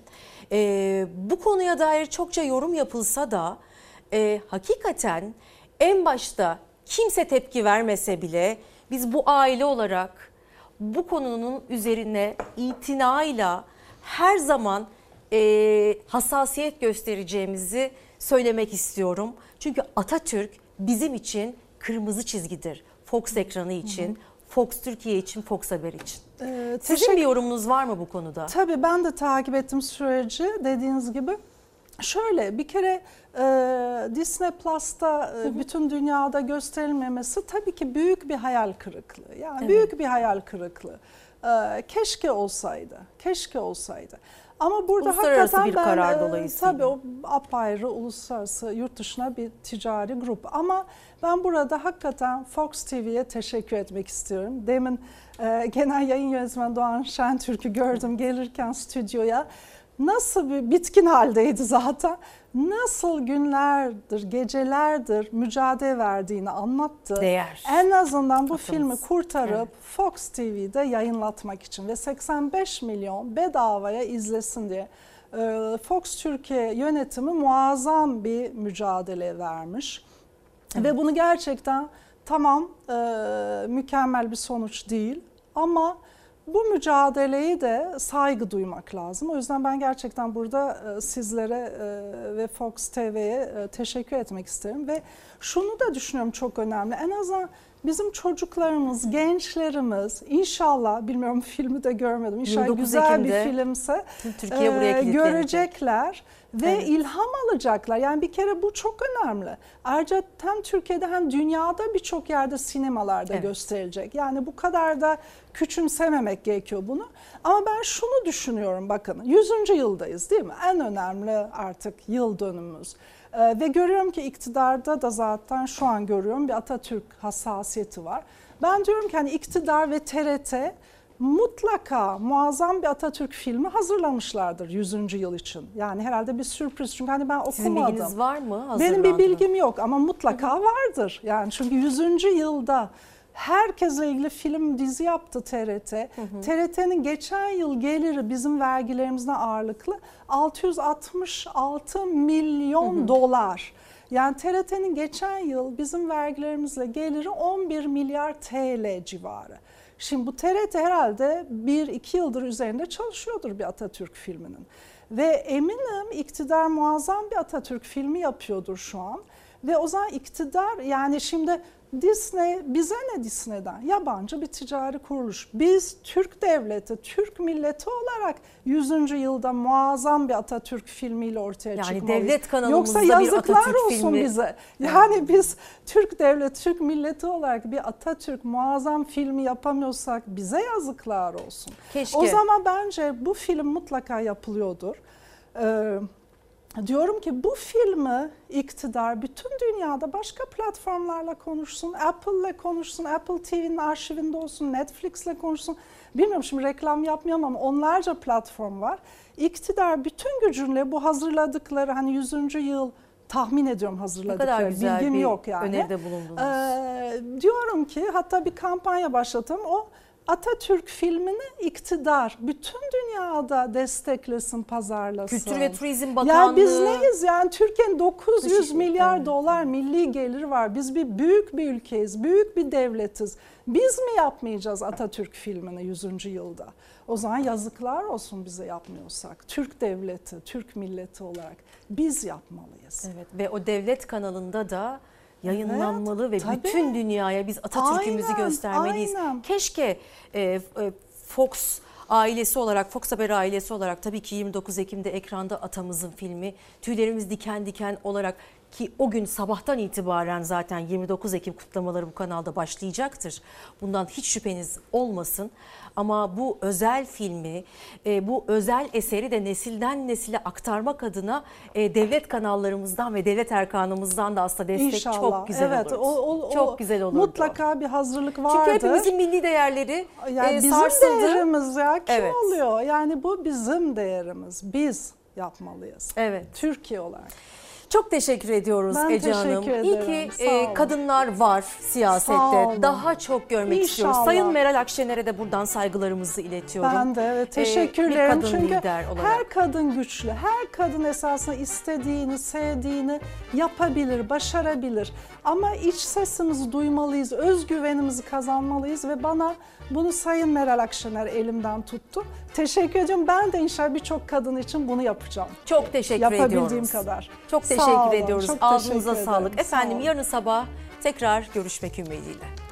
Bu konuya dair çokça yorum yapılsa da hakikaten en başta kimse tepki vermese bile biz bu aile olarak bu konunun üzerine itinayla her zaman hassasiyet göstereceğimizi söylemek istiyorum. Çünkü Atatürk bizim için kırmızı çizgidir. Fox ekranı için, Fox Türkiye için, Fox Haber için. Sizin bir yorumunuz var mı bu konuda? Tabii ben de takip ettim süreci dediğiniz gibi. Şöyle bir kere Disney Plus'ta bütün dünyada gösterilmemesi tabii ki büyük bir hayal kırıklığı. Yani büyük bir hayal kırıklığı. Keşke olsaydı, keşke olsaydı. Ama burada uluslararası hakikaten bir karar dolayısıyla. Tabii o apayrı uluslararası yurt dışına bir ticari grup. Ama ben burada hakikaten Fox TV'ye teşekkür etmek istiyorum. Demin genel yayın yönetmeni Doğan Şentürk'ü gördüm gelirken stüdyoya. Nasıl bir bitkin haldeydi zaten. Nasıl günlerdir, gecelerdir mücadele verdiğini anlattı. Değer. En azından bu filmi kurtarıp Fox TV'de yayınlatmak için ve 85 milyon bedavaya izlesin diye Fox Türkiye yönetimi muazzam bir mücadele vermiş. Ve bunu gerçekten mükemmel bir sonuç değil ama bu mücadeleyi de saygı duymak lazım. O yüzden ben gerçekten burada sizlere ve Fox TV'ye teşekkür etmek isterim. Ve şunu da düşünüyorum çok önemli. En azından bizim çocuklarımız, gençlerimiz inşallah, bilmiyorum filmi de görmedim. İnşallah güzel bir filmse Türkiye buraya görecekler. Ve ilham alacaklar. Yani bir kere bu çok önemli. Ayrıca hem Türkiye'de hem dünyada birçok yerde sinemalarda gösterilecek. Yani bu kadar da küçümsememek gerekiyor bunu. Ama ben şunu düşünüyorum, bakın 100. yıldayız değil mi? En önemli artık yıl dönümümüz. Ve görüyorum ki iktidarda da zaten şu an görüyorum bir Atatürk hassasiyeti var. Ben diyorum ki hani iktidar ve TRT mutlaka muazzam bir Atatürk filmi hazırlamışlardır 100. yıl için. Yani herhalde bir sürpriz, çünkü hani ben okumadım. Sizin bilginiz var mı? Benim bir bilgim yok ama mutlaka vardır. Yani çünkü 100. yılda herkesle ilgili film, dizi yaptı TRT. TRT'nin geçen yıl geliri bizim vergilerimizden ağırlıklı 666 milyon dolar. Yani TRT'nin geçen yıl bizim vergilerimizle geliri 11 milyar TL civarı. Şimdi bu TRT herhalde 1-2 yıldır üzerinde çalışıyordur bir Atatürk filminin. Ve eminim iktidar muazzam bir Atatürk filmi yapıyordur şu an. Ve o zaman iktidar, yani şimdi Disney, bize ne Disney'den? Yabancı bir ticari kuruluş. Biz Türk devleti, Türk milleti olarak 100. yılda muazzam bir Atatürk filmiyle ortaya çıkmalıyız. Yani devlet kanalımızda Yoksa bir yazıklar Atatürk olsun filmi. bize. Yani biz Türk devleti, Türk milleti olarak bir Atatürk muazzam filmi yapamıyorsak bize yazıklar olsun. Keşke. O zaman bence bu film mutlaka yapılıyordur. Diyorum ki bu filmi iktidar bütün dünyada başka platformlarla konuşsun, Apple'le konuşsun, Apple TV'nin arşivinde olsun, Netflix'le konuşsun. Bilmiyorum, şimdi reklam yapmıyorum ama onlarca platform var. İktidar bütün gücünle bu hazırladıkları, hani 100. yıl tahmin ediyorum hazırladıkları, bilgim yok yani. Öneride bulundunuz. Diyorum ki hatta bir kampanya başlatalım. O Atatürk filmini iktidar bütün dünyada desteklesin, pazarlasın. Kültür ve Turizm Bakanlığı. Ya biz neyiz? Yani Türkiye'nin 900 milyar dolar milli geliri var. Biz büyük bir ülkeyiz, büyük bir devletiz. Biz mi yapmayacağız Atatürk filmini 100. yılda? O zaman yazıklar olsun bize yapmıyorsak. Türk devleti, Türk milleti olarak biz yapmalıyız. Evet, ve o devlet kanalında da yayınlanmalı ve tabii. bütün dünyaya biz Atatürk'ümüzü Aynen, göstermeliyiz. aynen. Keşke Fox ailesi olarak, Fox Haber ailesi olarak, tabii ki 29 Ekim'de ekranda atamızın filmi, tüylerimiz diken diken olarak, ki o gün sabahtan itibaren zaten 29 Ekim kutlamaları bu kanalda başlayacaktır. Bundan hiç şüpheniz olmasın. Ama bu özel filmi, bu özel eseri de nesilden nesile aktarmak adına devlet kanallarımızdan ve devlet erkanımızdan da aslında destek İnşallah. çok güzel Evet, olurdu. Çok güzel olurdu. Mutlaka bir hazırlık vardır. Çünkü hepimizin milli değerleri yani bizim sarsıldı. değerimiz ya. Kim Evet. oluyor? Yani bu bizim değerimiz. Biz yapmalıyız. Evet. Türkiye olarak. Çok teşekkür ediyoruz Ben Ece Hanım. teşekkür İyi ederim. ki Sağ olun. kadınlar var Sağ siyasette. olun. Daha çok görmek istiyoruz. İnşallah. Sayın Meral Akşener'e de buradan saygılarımızı iletiyorum. Ben de evet, teşekkür Bir ederim. kadın Çünkü lider olarak. her kadın güçlü. Her kadın esasında istediğini, sevdiğini yapabilir, başarabilir. Ama iç sesimizi duymalıyız, özgüvenimizi kazanmalıyız ve bana bunu Sayın Meral Akşener elimden tuttu. Teşekkür ediyorum. Ben de inşallah birçok kadın için bunu yapacağım. Çok teşekkür ediyoruz. Yapabildiğim kadar. Çok Sağ teşekkür olun, ediyoruz. çok Ağzınıza teşekkür sağlık. ederim. Sağ Efendim olun. yarın sabah tekrar görüşmek ümidiyle.